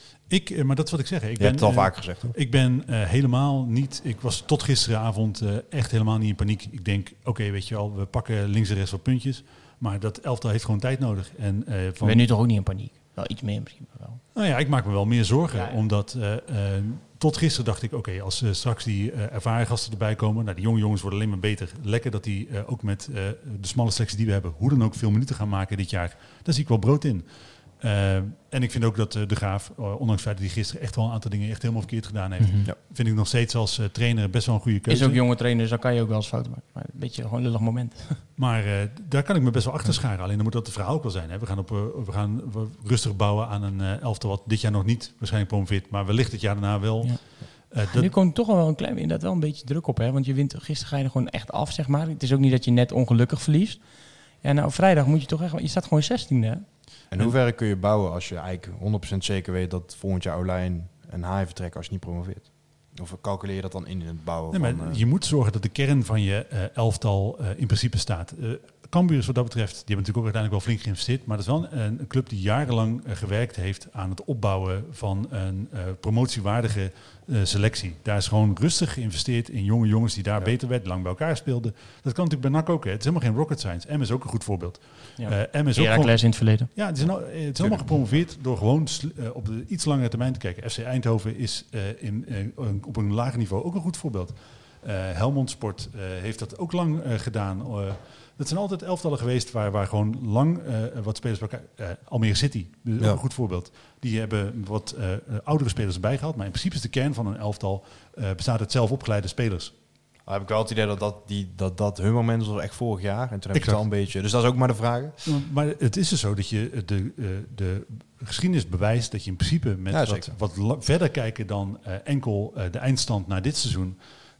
S5: Ik, maar dat is wat ik zeg. Ik
S3: je
S5: ben,
S3: hebt het al
S5: uh,
S3: vaak gezegd. Hoor.
S5: Ik ben uh, helemaal niet... Ik was tot gisteravond uh, echt helemaal niet in paniek. Ik denk, oké, okay, weet je wel, we pakken links en rechts wat puntjes. Maar dat elftal heeft gewoon tijd nodig. En, uh, van,
S4: ik ben nu toch ook niet in paniek? Wel iets meer misschien wel.
S5: Nou ja, ik maak me wel meer zorgen. Ja, ja. Omdat uh, uh, tot gisteren dacht ik, oké, okay, als uh, straks die uh, ervaren gasten erbij komen... Nou, die jonge jongens worden alleen maar beter. Lekker dat die uh, ook met uh, de smalle selectie die we hebben... hoe dan ook veel minuten gaan maken dit jaar. Daar zie ik wel brood in. Uh, en ik vind ook dat uh, De Graaf, uh, ondanks het feit dat hij gisteren echt wel een aantal dingen echt helemaal verkeerd gedaan heeft, mm-hmm. ja. vind ik nog steeds als uh, trainer best wel een goede keuze.
S4: Is ook jonge trainer, dus dan kan je ook wel eens fouten maken. Maar een beetje gewoon een lullig moment.
S5: Maar uh, daar kan ik me best wel achter scharen. Alleen dan moet dat het verhaal ook wel zijn. Hè. We gaan, op, uh, we gaan rustig bouwen aan een uh, elftal wat dit jaar nog niet waarschijnlijk promoveert, maar wellicht het jaar daarna wel. Ja.
S4: Uh, dat... Nu komt toch wel een klein, inderdaad wel een beetje druk op, hè? Want je wint gisteren ga je er gewoon echt af, zeg maar. Het is ook niet dat je net ongelukkig verliest. Ja, nou vrijdag moet je toch echt, je staat gewoon zestiende, hè?
S3: En hoe ver kun je bouwen als je eigenlijk honderd procent zeker weet dat volgend jaar Olijn en Haai vertrekken als je niet promoveert? Of calculeer je dat dan in in het bouwen?
S5: Nee,
S3: van,
S5: maar
S3: uh...
S5: je moet zorgen dat de kern van je uh, elftal uh, in principe staat. Uh, Cambuur is wat dat betreft, die hebben natuurlijk ook uiteindelijk wel flink geïnvesteerd. Maar dat is wel een, een club die jarenlang uh, gewerkt heeft aan het opbouwen van een uh, promotiewaardige uh, selectie. Daar is gewoon rustig geïnvesteerd in jonge jongens die daar ja. beter werden, lang bij elkaar speelden. Dat kan natuurlijk bij N A C ook. Hè. Het is helemaal geen rocket science. M is ook een goed voorbeeld.
S4: Ja. Uh, M is ook gewoon, in het verleden.
S5: Ja, het is, nou, het is helemaal gepromoveerd door gewoon uh, op de iets langere termijn te kijken. F C Eindhoven is uh, in, uh, op een lager niveau ook een goed voorbeeld. Uh, Helmond Sport uh, heeft dat ook lang uh, gedaan. Uh, dat zijn altijd elftallen geweest waar, waar gewoon lang uh, wat spelers bij elkaar... Uh, Almere City, dus ja. ook een goed voorbeeld. Die hebben wat uh, oudere spelers bijgehaald. Maar in principe is de kern van een elftal uh, bestaat uit zelf opgeleide spelers.
S3: Dan heb ik wel het idee dat dat, die, dat, dat hun moment was echt vorig jaar. En toen heb ik het al een beetje... Dus dat is ook maar de vraag.
S5: Maar het is dus zo dat je de, uh, de geschiedenis bewijst dat je in principe met ja, wat, wat la- verder kijken dan uh, enkel uh, de eindstand naar dit seizoen...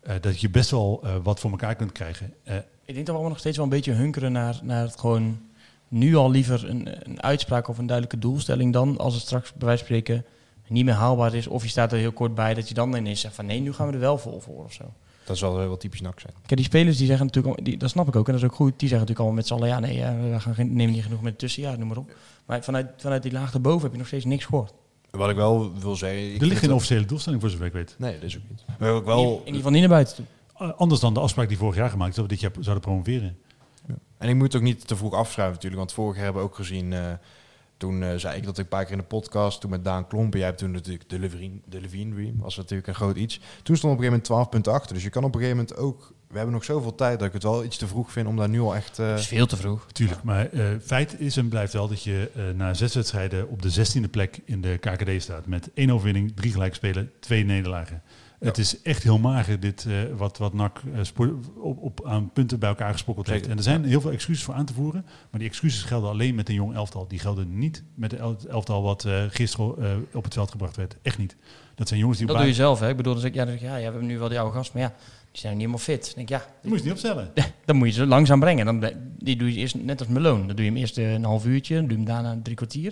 S5: uh, dat je best wel uh, wat voor elkaar kunt krijgen. Uh,
S4: Ik denk dat we nog steeds wel een beetje hunkeren naar, naar het gewoon nu al liever een, een uitspraak of een duidelijke doelstelling dan als het straks bij wijze van spreken niet meer haalbaar is. Of je staat er heel kort bij dat je dan ineens zegt van nee, nu gaan we er wel vol voor of zo.
S3: Dat is wel, wel typisch N A C zijn.
S4: Kijk, die spelers die zeggen natuurlijk, die, dat snap ik ook en dat is ook goed, die zeggen natuurlijk allemaal met z'n allen, ja nee, ja, we gaan geen, nemen niet genoeg met het tussenjaar, noem maar op. Maar vanuit, vanuit die laag daarboven heb je nog steeds niks gehoord.
S3: Wat ik wel wil zeggen... Ik
S5: er ligt geen officiële doelstelling voor zover ik weet.
S3: Nee, dat is ook niet. Maar ook wel...
S4: In, in ieder geval niet naar buiten toe.
S5: Uh, anders dan de afspraak die vorig jaar gemaakt is, dat we dit jaar zouden promoveren.
S3: Ja. En ik moet ook niet te vroeg afschrijven natuurlijk, want vorig jaar hebben we ook gezien... Uh, toen uh, zei ik dat ik een paar keer in de podcast, toen met Daan Klompen, jij hebt toen natuurlijk de Levine, de Levine Dream, was natuurlijk een groot iets. Toen stond op een gegeven moment twaalf punten achter, dus je kan op een gegeven moment ook... We hebben nog zoveel tijd dat ik het wel iets te vroeg vind om daar nu al echt... Uh...
S4: Dat is veel te vroeg.
S5: Tuurlijk, maar uh, feit is en blijft wel dat je uh, na zes wedstrijden op de zestiende plek in de K K D staat. Met één overwinning, drie gelijkspelen, twee nederlagen. Ja. Het is echt heel mager dit uh, wat, wat N A C uh, spo- op, op aan punten bij elkaar gesprokkeld heeft. En er zijn heel veel excuses voor aan te voeren. Maar die excuses gelden alleen met een jong elftal. Die gelden niet met het elftal wat uh, gisteren uh, op het veld gebracht werd. Echt niet. Dat zijn jongens die...
S4: Dat doe je zelf, hè? Ik bedoel, dan zeg ik, ja, dan zeg ik, ja, ja, we hebben nu wel die oude gast, maar ja, die zijn niet helemaal fit. Dan denk ik, ja...
S5: Dan moet je niet opstellen.
S4: Dan moet je ze langzaam brengen. Dan, die doe je eerst net als Malone. Dan doe je hem eerst een half uurtje, dan doe je hem daarna drie kwartier.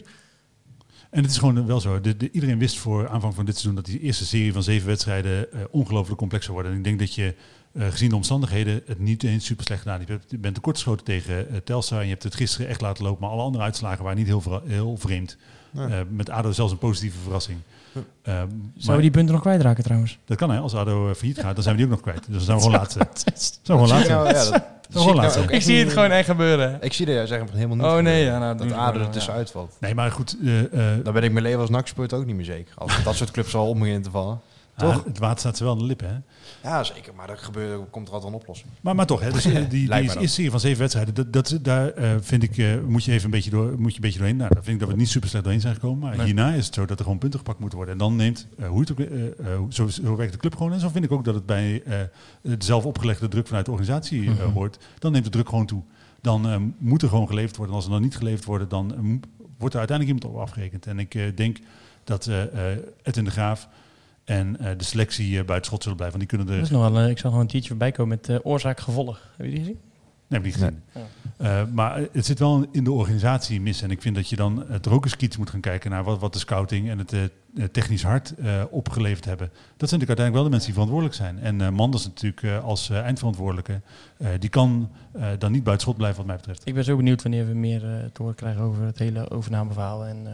S5: En het is gewoon wel zo. De, de, iedereen wist voor aanvang van dit seizoen dat die eerste serie van zeven wedstrijden uh, ongelooflijk complex zou worden. En ik denk dat je, uh, gezien de omstandigheden, het niet eens super slecht gedaan hebt. Je bent tekortgeschoten tegen uh, Telstar en je hebt het gisteren echt laten lopen. Maar alle andere uitslagen waren niet heel, ver, heel vreemd. Nee. Uh, met ADO zelfs een positieve verrassing. Uh,
S4: Zouden we die punten nog kwijtraken trouwens?
S5: Dat kan hè. Als ADO uh, failliet gaat, dan zijn we die ook nog kwijt. Dus dan zijn we gewoon laatste. Zijn we gewoon laatste.
S3: Nou, ja, dat
S5: zie ik, nou
S4: ik zie het gewoon echt gebeuren.
S3: Ik zie dat jij zeggen helemaal niet.
S4: Oh nee, ja, nou,
S3: dat ADO er tussenuit valt.
S5: Nee, maar goed. Uh, uh,
S3: dan ben ik mijn leven als N A C-sport ook niet meer zeker. Als dat soort clubs al om beginnen te vallen. Toch?
S5: Ah, het water staat ze wel aan de lippen, hè?
S3: Ja, zeker. Maar er gebeurt, komt er altijd een oplossing.
S5: Maar, maar toch, hè? Dus die, die, die eerste serie van zeven wedstrijden, dat, dat, daar uh, vind ik, uh, moet je even een beetje, door, moet je een beetje doorheen. Nou, daar vind ik dat we niet super slecht doorheen zijn gekomen. Maar nee. Hierna is het zo dat er gewoon punten gepakt moeten worden. En dan neemt, uh, hoe het ook, uh, uh, zo, zo werkt de club gewoon. En zo vind ik ook dat het bij uh, de zelf opgelegde druk vanuit de organisatie uh, mm-hmm. hoort. Dan neemt de druk gewoon toe. Dan uh, moet er gewoon geleverd worden. En als er dan niet geleverd wordt, dan uh, wordt er uiteindelijk iemand op afgerekend. En ik uh, denk dat uh, uh, Edwin de Graaf en uh, de selectie uh, buiten schot zullen blijven. Want die kunnen er...
S4: Dat is nog wel, uh, ik zag nog een tweetje voorbij komen met uh, oorzaak-gevolg. Heb je die gezien?
S5: Nee, heb ik niet gezien. Nee. Ja. Uh, maar het zit wel in de organisatie mis. En ik vind dat je dan uh, er ook eens kritisch moet gaan kijken naar wat, wat de scouting en het uh, technisch hart uh, opgeleverd hebben. Dat zijn natuurlijk uiteindelijk wel de mensen die verantwoordelijk zijn. En uh, Manders natuurlijk uh, als uh, eindverantwoordelijke, uh, die kan uh, dan niet buiten schot blijven wat mij betreft.
S4: Ik ben zo benieuwd wanneer we meer uh, te horen krijgen over het hele overnameverhaal en... Uh,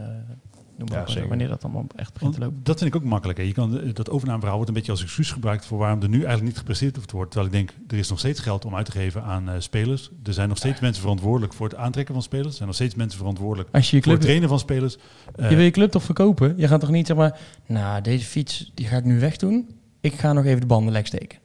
S4: Ja, zeker. Wanneer dat allemaal echt begint te lopen.
S5: Dat vind ik ook makkelijk. Hè. Je kan, dat overnameverhaal wordt een beetje als excuus gebruikt voor waarom er nu eigenlijk niet gepresteerd hoeft te worden. Terwijl ik denk, er is nog steeds geld om uit te geven aan uh, spelers. Er zijn nog steeds mensen verantwoordelijk voor het aantrekken van spelers. Er zijn nog steeds mensen verantwoordelijk
S4: Als je je club
S5: voor het trainen van spelers.
S4: Uh, je wil je club toch verkopen? Je gaat toch niet zeg maar, nou deze fiets die ga ik nu wegdoen. Ik ga nog even de banden lek steken.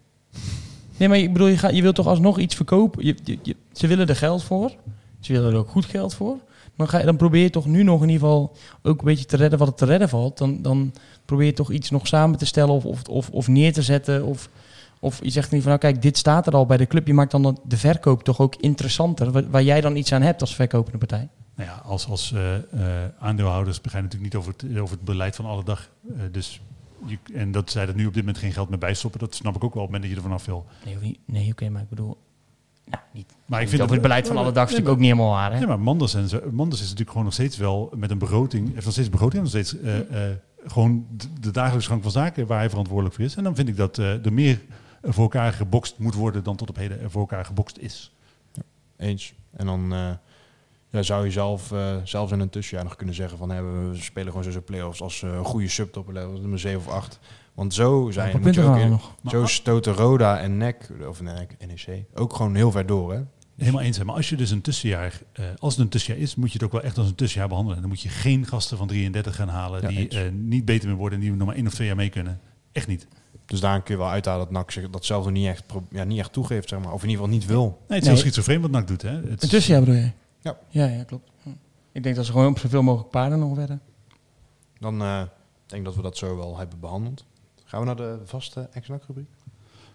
S4: Nee, maar ik bedoel, je, gaat, je wilt toch alsnog iets verkopen. Je, je, je, ze willen er geld voor. Ze willen er ook goed geld voor. Dan, ga je, dan probeer je toch nu nog in ieder geval ook een beetje te redden wat het te redden valt. Dan, dan probeer je toch iets nog samen te stellen of, of, of, of neer te zetten. Of, of je zegt niet van, nou kijk, dit staat er al bij de club. Je maakt dan de verkoop toch ook interessanter. Waar, waar jij dan iets aan hebt als verkopende partij.
S5: Nou ja, als, als uh, uh, aandeelhouders begrijp je natuurlijk niet over het, over het beleid van alle dag. Uh, dus je, en dat zij er nu op dit moment geen geld meer bij stoppen, dat snap ik ook wel op het moment dat je er vanaf wil.
S4: Nee, nee oké, okay, maar ik bedoel... Nou, niet.
S5: Maar ik
S4: vind
S5: dat
S4: het beleid van alle dag is natuurlijk ook niet helemaal waar. Hè?
S5: Ja, maar Manders, en zo, Manders is natuurlijk gewoon nog steeds wel met een begroting, heeft nog steeds een begroting, nog steeds uh, uh, gewoon de, de dagelijkse gang van zaken waar hij verantwoordelijk voor is. En dan vind ik dat uh, er meer voor elkaar gebokst moet worden dan tot op heden er voor elkaar gebokst is.
S3: Ja, eens. En dan uh, ja, zou je zelf, uh, zelfs in een tussenjaar nog kunnen zeggen van hey, we spelen gewoon zo'n play-offs als uh, een goede subtopper, nummer zeven of acht. Want zo zijn
S4: ja,
S3: moet je ook in,
S4: nog.
S3: Zo stoten Roda en N E C, of N E C, ook gewoon heel ver door. Hè?
S5: Helemaal eens. Maar als je dus een tussenjaar, uh, als het een tussenjaar is, moet je het ook wel echt als een tussenjaar behandelen. En dan moet je geen gasten van drieëndertig gaan halen ja, die uh, niet beter meer worden en die nog maar één of twee jaar mee kunnen. Echt niet.
S3: Dus daar kun je wel uithalen dat N A C zich dat zelf nog niet echt, ja, niet echt toegeeft, zeg maar. Of in ieder geval niet wil.
S5: Nee, het is
S4: nee.
S5: heel schizofreen wat N A C doet. Hè. Het
S4: een tussenjaar bedoel je?
S3: Ja.
S4: Ja, ja, klopt. Hm. Ik denk dat ze gewoon op zoveel mogelijk paarden nog werden.
S3: Dan uh, denk ik dat we dat zo wel hebben behandeld. Gaan we naar de vaste ex-N A C-rubriek?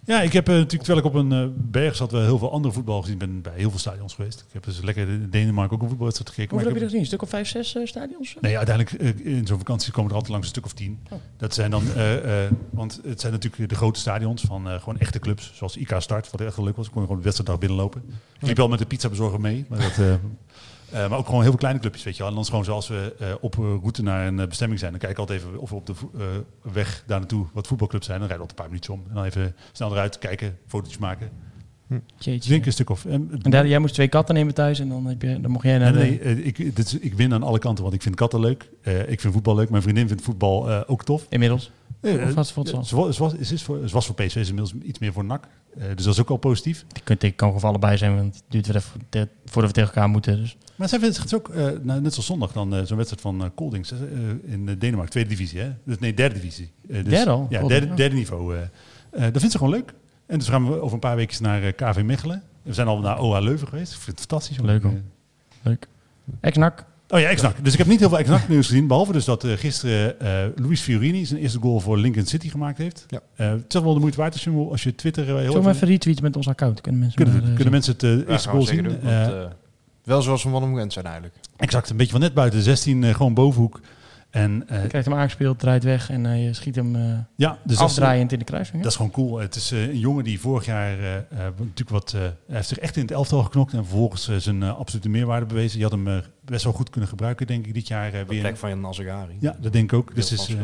S5: Ja, ik heb uh, natuurlijk, terwijl ik op een uh, berg zat, wel heel veel andere voetbal gezien. Ik ben bij heel veel stadions geweest. Ik heb dus lekker in Denemarken ook een voetbalwedstrijd gekeken.
S4: Hoeveel heb je
S5: heb...
S4: er gezien? Een stuk of vijf, zes uh, stadions?
S5: Nee, uiteindelijk uh, in zo'n vakantie komen er altijd langs een stuk of tien. Oh. Dat zijn dan, uh, uh, want het zijn natuurlijk de grote stadions van uh, gewoon echte clubs. Zoals I K Start, wat echt wel leuk was. Ik kon gewoon de wedstrijddag binnenlopen. Ik liep wel met de pizzabezorger mee, maar dat... Uh, Uh, maar ook gewoon heel veel kleine clubjes, weet je wel. En dan is gewoon zoals we uh, op route naar een uh, bestemming zijn. Dan kijk ik altijd even of we op de vo- uh, weg daar naartoe wat voetbalclubs zijn. Dan rijden we altijd een paar minuutjes om. En dan even snel eruit kijken, fotootjes maken. Hm.
S4: Jeetje.
S5: Drink een stuk of... En,
S4: en daar, jij moest twee katten nemen thuis en dan, heb je, dan mocht jij naar
S5: nee,
S4: de...
S5: nee, uh, ik, dit is, ik win aan alle kanten, want ik vind katten leuk. Uh, ik vind voetbal leuk. Mijn vriendin vindt voetbal uh, ook tof.
S4: Inmiddels?
S5: Uh,
S4: of was het voor
S5: ze was, was, is voor, ze was voor P S V, is inmiddels iets meer voor N A C. Uh, dus dat is ook al positief.
S4: Die kunt, ik kan gewoon allebei zijn, want het duurt weer even te, voordat we tegen elkaar moeten. Dus.
S5: Maar zij vindt het ook, uh, nou, net zoals zondag, dan uh, zo'n wedstrijd van uh, Koldings uh, in uh, Denemarken, tweede divisie. Hè? Dus, nee, derde divisie. Uh, dus,
S4: derde al?
S5: Ja, derde, derde niveau. Uh, uh, dat vindt ze gewoon leuk. En dus gaan we over een paar weken naar uh, K V Mechelen. We zijn al naar O H Leuven geweest. Ik vind het fantastisch.
S4: Leuk hoor. Uh, leuk. Ex-N A C.
S5: Oh ja, ex-N A C. Dus ik heb niet heel veel ex-N A C nieuws gezien. Behalve dus dat uh, gisteren uh, Luis Fiorini zijn eerste goal voor Lincoln City gemaakt heeft. Ja. Uh, het is toch wel de moeite waard als je, als je Twitter... Uh, heel
S4: Zullen we even retweeten met ons account? Kunnen mensen,
S5: kunnen,
S4: maar, uh,
S5: kunnen mensen het uh,
S3: ja,
S5: eerste goal zien?
S3: Doen, want, uh, uh, wel zoals we van hem gewend zijn eigenlijk.
S5: Exact. Een beetje van net buiten de zestien. Uh, gewoon bovenhoek. En, uh,
S4: je krijgt hem aangespeeld, draait weg en uh, je schiet hem uh, ja, dus afdraaiend in de kruising.
S5: Dat is gewoon cool. Het is uh, een jongen die vorig jaar uh, uh, natuurlijk wat... Uh, hij heeft zich echt in het elftal geknokt en vervolgens uh, zijn uh, absolute meerwaarde bewezen. Je had hem uh, best wel goed kunnen gebruiken, denk ik, dit jaar. Uh,
S3: de
S5: weer.
S3: plek van Jan Azegari.
S5: Ja, dat denk ik ook. Dus is, uh,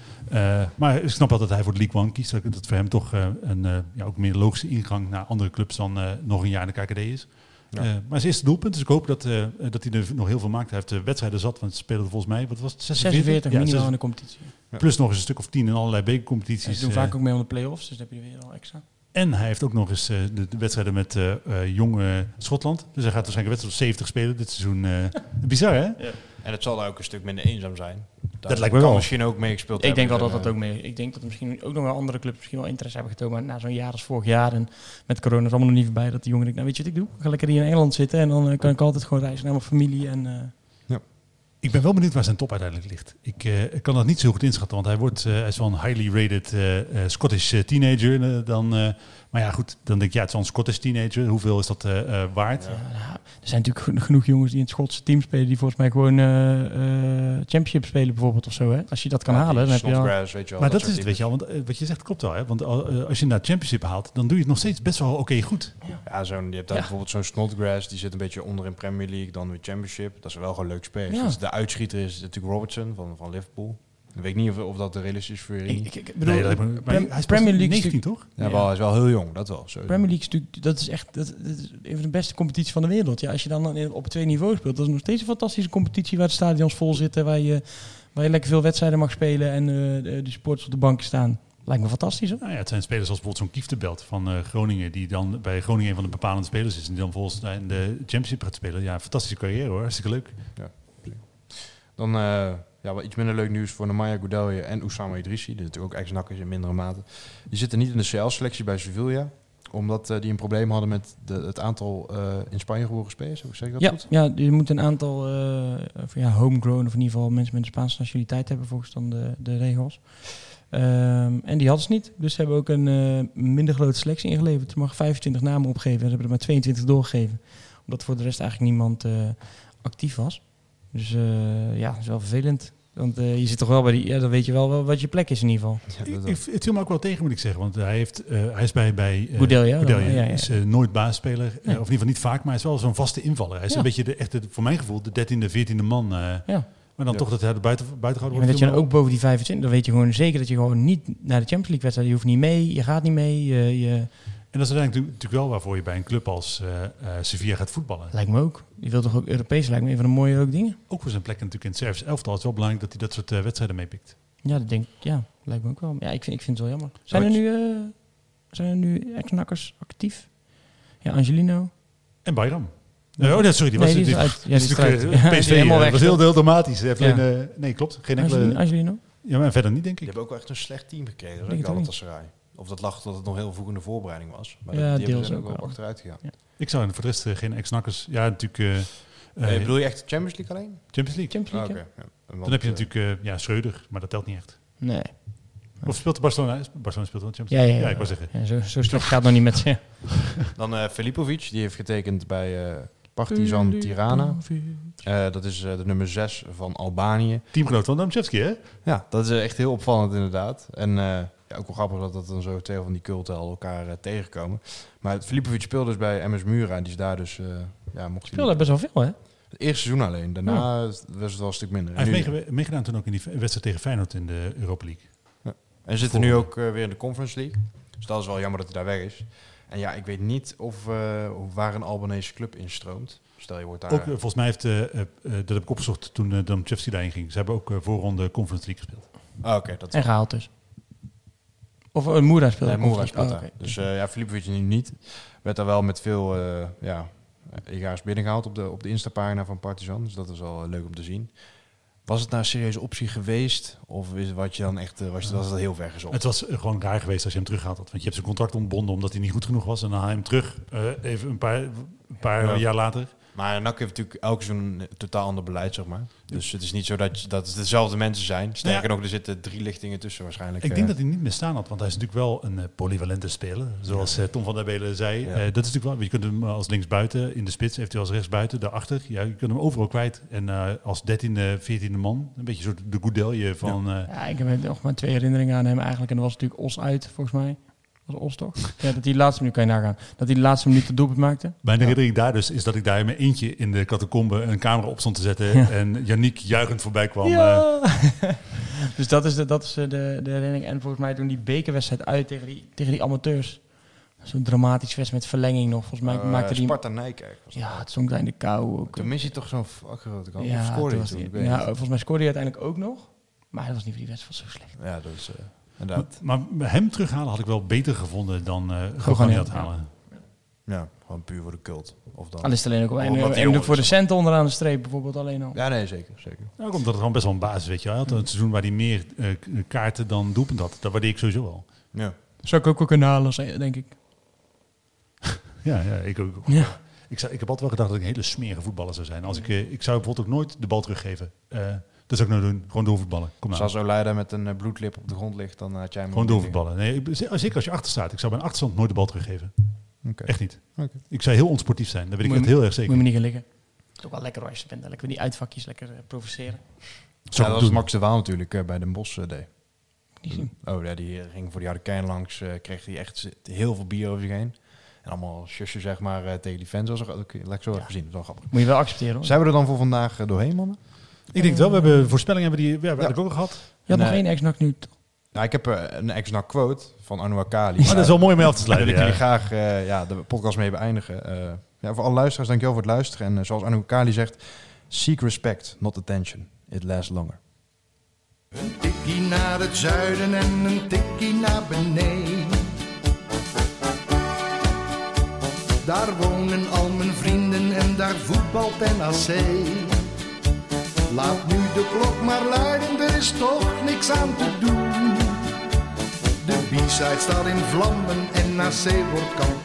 S5: uh, maar ik snap wel dat hij voor de League One kiest. Dat, dat voor hem toch uh, een uh, ja, ook meer logische ingang naar andere clubs dan uh, nog een jaar in de K K D is. Ja. Uh, maar zijn eerste doelpunt, dus ik hoop dat, uh, dat hij er nog heel veel maakt. Hij heeft de wedstrijden zat, want ze spelen volgens mij, wat was het, zesenveertig?
S4: zesenveertig ja, minimaal in de competitie.
S5: Ja. Plus nog eens een stuk of tien in allerlei bekercompetities.
S4: Ja, ze doen uh, vaak ook mee om de play-offs, dus dan heb je weer al extra.
S5: En hij heeft ook nog eens uh, de, de wedstrijden met uh, uh, jong uh, Schotland. Dus hij gaat waarschijnlijk een wedstrijd op zeventig spelen dit seizoen. Uh, bizar, hè? Ja.
S3: En het zal daar ook een stuk minder eenzaam zijn.
S5: Daar dat lijkt me wel.
S3: Misschien ook meegespeeld.
S4: Ik denk wel dat dat ook mee. Ik denk dat er misschien ook nog wel andere clubs misschien wel interesse hebben getoond. Maar na zo'n jaar als vorig jaar en met corona is allemaal nog niet voorbij. Dat die jongen denkt, nou weet je wat ik doe? Ik ga lekker hier in Engeland zitten en dan uh, kan ik altijd gewoon reizen naar mijn familie. En, uh...
S5: ja. Ik ben wel benieuwd waar zijn top uiteindelijk ligt. Ik, uh, ik kan dat niet zo goed inschatten, want hij, wordt, uh, hij is wel een highly rated uh, uh, Scottish uh, teenager. Uh, dan, uh, maar ja, goed, dan denk ik, ja, het is wel een Scottish teenager. Hoeveel is dat uh, uh, waard? Ja.
S4: Ja, er zijn natuurlijk genoeg jongens die in het Schotse team spelen, die volgens mij gewoon uh, uh, championship spelen bijvoorbeeld of zo. Hè? Als je dat kan ja, halen, dan heb je al...
S3: Weet je wel,
S5: maar dat, dat is het, weet je wel, want uh, wat je zegt klopt wel. Hè? Want uh, als je naar championship haalt, dan doe je het nog steeds best wel oké okay, goed.
S3: Ja, ja zo'n, je hebt daar ja. bijvoorbeeld zo'n Snodgrass, die zit een beetje onder in Premier League, dan weer championship. Dat is wel gewoon leuk spelen. Ja. Dus de uitschieter is natuurlijk Robertson van, van Liverpool. Ik weet niet of, of dat de realistisch is voor je.
S4: Ik, ik, ik bedoel, nee,
S5: maar, maar hij is Premier League negentien, toch?
S3: Ja, ja. Wel, hij is wel heel jong, dat wel. Zo.
S4: Premier League is natuurlijk, dat is echt dat, dat is een van de beste competities van de wereld. Ja, als je dan op twee niveaus speelt, dat is nog steeds een fantastische competitie waar de stadions vol zitten, waar je, waar je lekker veel wedstrijden mag spelen en uh, de, de supporters op de banken staan. Lijkt me fantastisch, hoor.
S5: Nou ja, het zijn spelers als bijvoorbeeld zo'n Kieftenbelt van uh, Groningen, die dan bij Groningen een van de bepalende spelers is en die dan volgens in de Championship gaat spelen. Ja, fantastische carrière, hoor. Hartstikke leuk.
S3: Ja. Dan... Uh, Ja, wel iets minder leuk nieuws voor Nemanja Goudelje en Oussama Idrissi, die natuurlijk ook ex-N A C is in mindere mate. Die zitten niet in de C L-selectie bij Sevilla, omdat uh, die een probleem hadden met de, het aantal uh, in Spanje geboren spelers. Zeg ik dat
S4: ja,
S3: goed?
S4: Ja, je moet een aantal uh, ja, homegrown, of in ieder geval mensen met een Spaanse nationaliteit hebben volgens dan de, de regels. Um, en die hadden ze niet, dus ze hebben ook een uh, minder grote selectie ingeleverd. Ze mag vijfentwintig namen opgeven en ze hebben er maar tweeëntwintig doorgegeven, omdat voor de rest eigenlijk niemand uh, actief was. Dus uh, ja, dat is wel vervelend. Want uh, je zit toch wel bij die... Ja, dan weet je wel wat je plek is in ieder geval.
S5: Ja, ik, ik, het viel me ook wel tegen, moet ik zeggen. Want hij, heeft, uh, hij is bij... bij uh,
S4: Goudelje,
S5: Goudelje.
S4: Ja, ja, ja.
S5: is uh, nooit baasspeler. Uh, of in ieder geval niet vaak, maar hij is wel zo'n vaste invaller. Hij is ja. een beetje, de, echt de, voor mijn gevoel, de dertiende, veertiende man. Uh, ja. Maar dan ja. toch dat hij er buiten, buiten gehouden
S4: wordt. Ja, dat je dan ook boven die vijfentwintig... Dan weet je gewoon zeker dat je gewoon niet naar de Champions League wedstrijd... Je hoeft niet mee, je gaat niet mee, je... je
S5: En dat is uiteindelijk natuurlijk wel waarvoor je bij een club als uh, uh, Sevilla gaat voetballen.
S4: Lijkt me ook. Je wilt toch ook Europees, lijkt me een van de mooie ook dingen.
S5: Ook voor zijn plek natuurlijk in het Servische elftal. Het is wel belangrijk dat hij dat soort uh, wedstrijden meepikt.
S4: Ja, dat denk ik. Ja, lijkt me ook wel. Ja, ik vind, ik vind het wel jammer. Zijn er nu, uh, zijn er nu ex-nakkers actief? Ja, Angelino.
S5: En Bayram. Nee, oh, nee, sorry, die was
S4: nee, die
S5: die,
S4: is uit. Ja, die is
S5: natuurlijk uh, P S V. Helemaal weg. Was heel, heel dramatisch. Ja. Alleen, uh, nee, klopt. Geen enkele.
S4: Angelino.
S5: Ja, maar verder niet, denk ik.
S3: Die hebben ook wel echt een slecht team gekregen. Dat Galatasaray. Of dat lag dat het nog heel vroeg in de voorbereiding was. Maar
S4: ja,
S3: die
S4: deels
S3: hebben
S4: ook
S3: ook wel achteruit gegaan. Ja.
S5: Ik zou voor de rest uh, geen ex-nakkers... Ja, natuurlijk... Uh,
S3: uh, uh, bedoel je echt Champions League alleen?
S5: Champions League.
S4: Champions League,
S3: ah, okay.
S5: ja. Dan, dan heb je uh, natuurlijk uh, ja, Schreuder, maar dat telt niet echt.
S4: Nee.
S5: Of speelt Barcelona? Barcelona speelt wel Champions
S4: Ja,
S5: League.
S4: ja, ja.
S5: Ja, ik wou zeggen.
S4: Ja, zo, zo slecht gaat het nog niet met ze.
S3: Dan uh, Filipovic, die heeft getekend bij uh, Partizan Tirana. Uh, dat is uh, de nummer zes van Albanië.
S5: Teamgenoot van Domchevski, hè?
S3: Ja, dat is uh, echt heel opvallend inderdaad. En uh, ja, ook wel grappig dat dat dan zo twee van die culten al elkaar uh, tegenkomen. Maar Filipovic speelde dus bij M S Mura en die is daar dus... Uh, ja, mocht
S4: speelde best wel veel, hè?
S3: Het eerste seizoen alleen. Daarna oh. was het wel een stuk minder.
S5: Hij heeft meege- meegedaan toen ook in die wedstrijd tegen Feyenoord in de Europa League.
S3: Ja. En ze zitten nu ook uh, weer in de Conference League. Dus dat is wel jammer dat hij daar weg is. En ja, ik weet niet of uh, waar een Albanese club instroomt. Stel je wordt daar...
S5: Ook, uh, volgens mij heeft, uh, uh, dat heb ik opgezocht toen uh, Domchevski daarin ging. Ze hebben ook uh, voorronde Conference League gespeeld.
S3: Oh, oké. Okay,
S4: en gehaald dus. Of uh, Moura speelde.
S3: Nee, Moura speelt
S4: oh,
S3: daar.
S4: Okay.
S3: Dus uh, ja, Filipovic nu niet. Werd daar wel met veel uh, ja, ega's binnengehaald op de, op de Insta-pagina van Partizan. Dus dat was wel uh, leuk om te zien. Was het nou een serieuze optie geweest? Of is wat je dan echt, uh, was, het, was het heel ver gezocht?
S5: Het was uh, gewoon raar geweest als je hem teruggehaald had. Want je hebt zijn contract ontbonden omdat hij niet goed genoeg was. En dan haal je hem terug uh, even een paar, een paar ja. jaar later.
S3: Maar N A C heeft natuurlijk elke seizoen een totaal ander beleid, zeg maar. Dus het is niet zo dat, je, dat het dezelfde mensen zijn. Sterker ja. nog, er zitten drie lichtingen tussen waarschijnlijk.
S5: Ik denk uh, dat hij niet meer staan had, want hij is natuurlijk wel een uh, polyvalente speler. Zoals ja. uh, Tom van der Belen zei. Ja. Uh, dat is natuurlijk wel, je kunt hem als linksbuiten, in de spits, eventueel als rechtsbuiten, daarachter. Ja, je kunt hem overal kwijt. En uh, als dertiende, veertiende man, een beetje soort de Goudelje van...
S4: Ja.
S5: Uh,
S4: ja, ik heb nog maar twee herinneringen aan hem eigenlijk. En dat was natuurlijk Os uit, volgens mij. Was Os toch? Ja, dat hij de laatste minuut, kan je nagaan, dat hij de laatste minuut het doelpunt maakte.
S5: Mijn herinnering ja. daar dus is dat ik daar in mijn eentje in de catacombe een camera op stond te zetten ja. en Yannick juichend voorbij kwam.
S4: Ja. Uh. Dus dat is, de, dat is de, de herinnering. En volgens mij toen die bekerwedstrijd uit tegen die, tegen die amateurs. Zo'n dramatisch wedstrijd met verlenging nog. Volgens mij uh, maakte die...
S3: Sparta Nijkerk.
S4: Ja, het stond daar in de kou ook.
S3: Toen mis je toch zo'n grote kans.
S4: Ja,
S3: scoorde
S4: toen
S3: toen,
S4: die, ja, volgens mij scoorde hij uiteindelijk ook nog. Maar dat was niet voor die wedstrijd, was zo slecht.
S3: Ja, dat is... Uh, inderdaad.
S5: Maar, maar hem terughalen had ik wel beter gevonden dan uh, Goganiat halen.
S3: Ja, gewoon puur voor de cult. Of dan.
S4: Al is het alleen ook wel. En, en, en voor de centen onderaan de streep bijvoorbeeld alleen al.
S3: Ja, nee, zeker. zeker.
S5: Ja, ook omdat het gewoon best wel een basis, weet je wel. Hij had een seizoen waar hij meer uh, kaarten dan doelpunt had. Dat waardeer ik sowieso wel.
S3: Ja.
S4: Zou ik ook wel kunnen halen, denk ik.
S5: ja, ja, ik ook.
S4: Ja.
S5: Ik, zou, ik heb altijd wel gedacht dat ik een hele smerige voetballer zou zijn. Als ik, uh, ik zou bijvoorbeeld ook nooit de bal teruggeven. Uh, Dat zou ik nou doen. Gewoon doorvoetballen. Kom nou.
S3: Als zo Leiden met een bloedlip op de grond ligt, dan had jij hem...
S5: Gewoon doorvoetballen. Nee, zeker als je achter staat. Ik zou bij een achterstand nooit de bal teruggeven.
S3: Okay.
S5: Echt niet.
S3: Okay.
S5: Ik zou heel onsportief zijn. Daar weet ik
S4: moet
S5: echt heel erg zeker.
S4: Moet je me niet gaan liggen. Het is ook wel lekker als je bent. Lekker die uitvakjes lekker uh, provoceren.
S3: Zo ja, dat was Max de Waal natuurlijk uh, bij Den Bosch uh, deed.
S4: Die zien.
S3: Oh ja, die ging voor die harde kern langs. Uh, kreeg hij echt heel veel bier over zich heen. En allemaal shusje zeg maar uh, tegen die fans. Dat was ook lekker zo ja. gezien. Dat is wel grappig.
S4: Moet je wel accepteren hoor.
S3: Zijn we er dan voor vandaag uh, doorheen, mannen?
S5: Ik denk het wel. We hebben voorspellingen hebben die, ja, we ja. ook al gehad.
S4: Je had
S3: nee.
S4: nog één ex-N A C nu.
S3: Nou, ik heb uh, een ex-N A C quote van Anu Akali.
S5: Oh, dat is wel mooi om mee af te sluiten.
S3: Daar wil ik
S5: ja.
S3: jullie graag uh, ja, de podcast mee beëindigen. Uh, ja, voor alle luisteraars, dankjewel voor het luisteren. En uh, zoals Anu Akali zegt, seek respect, not attention. It lasts longer.
S2: Een tikkie naar het zuiden en een tikkie naar beneden. Daar wonen al mijn vrienden en daar voetbalt N A C. Laat nu de klok maar luiden, er is toch niks aan te doen. De B-side staat in vlammen en N A C wordt kampioen.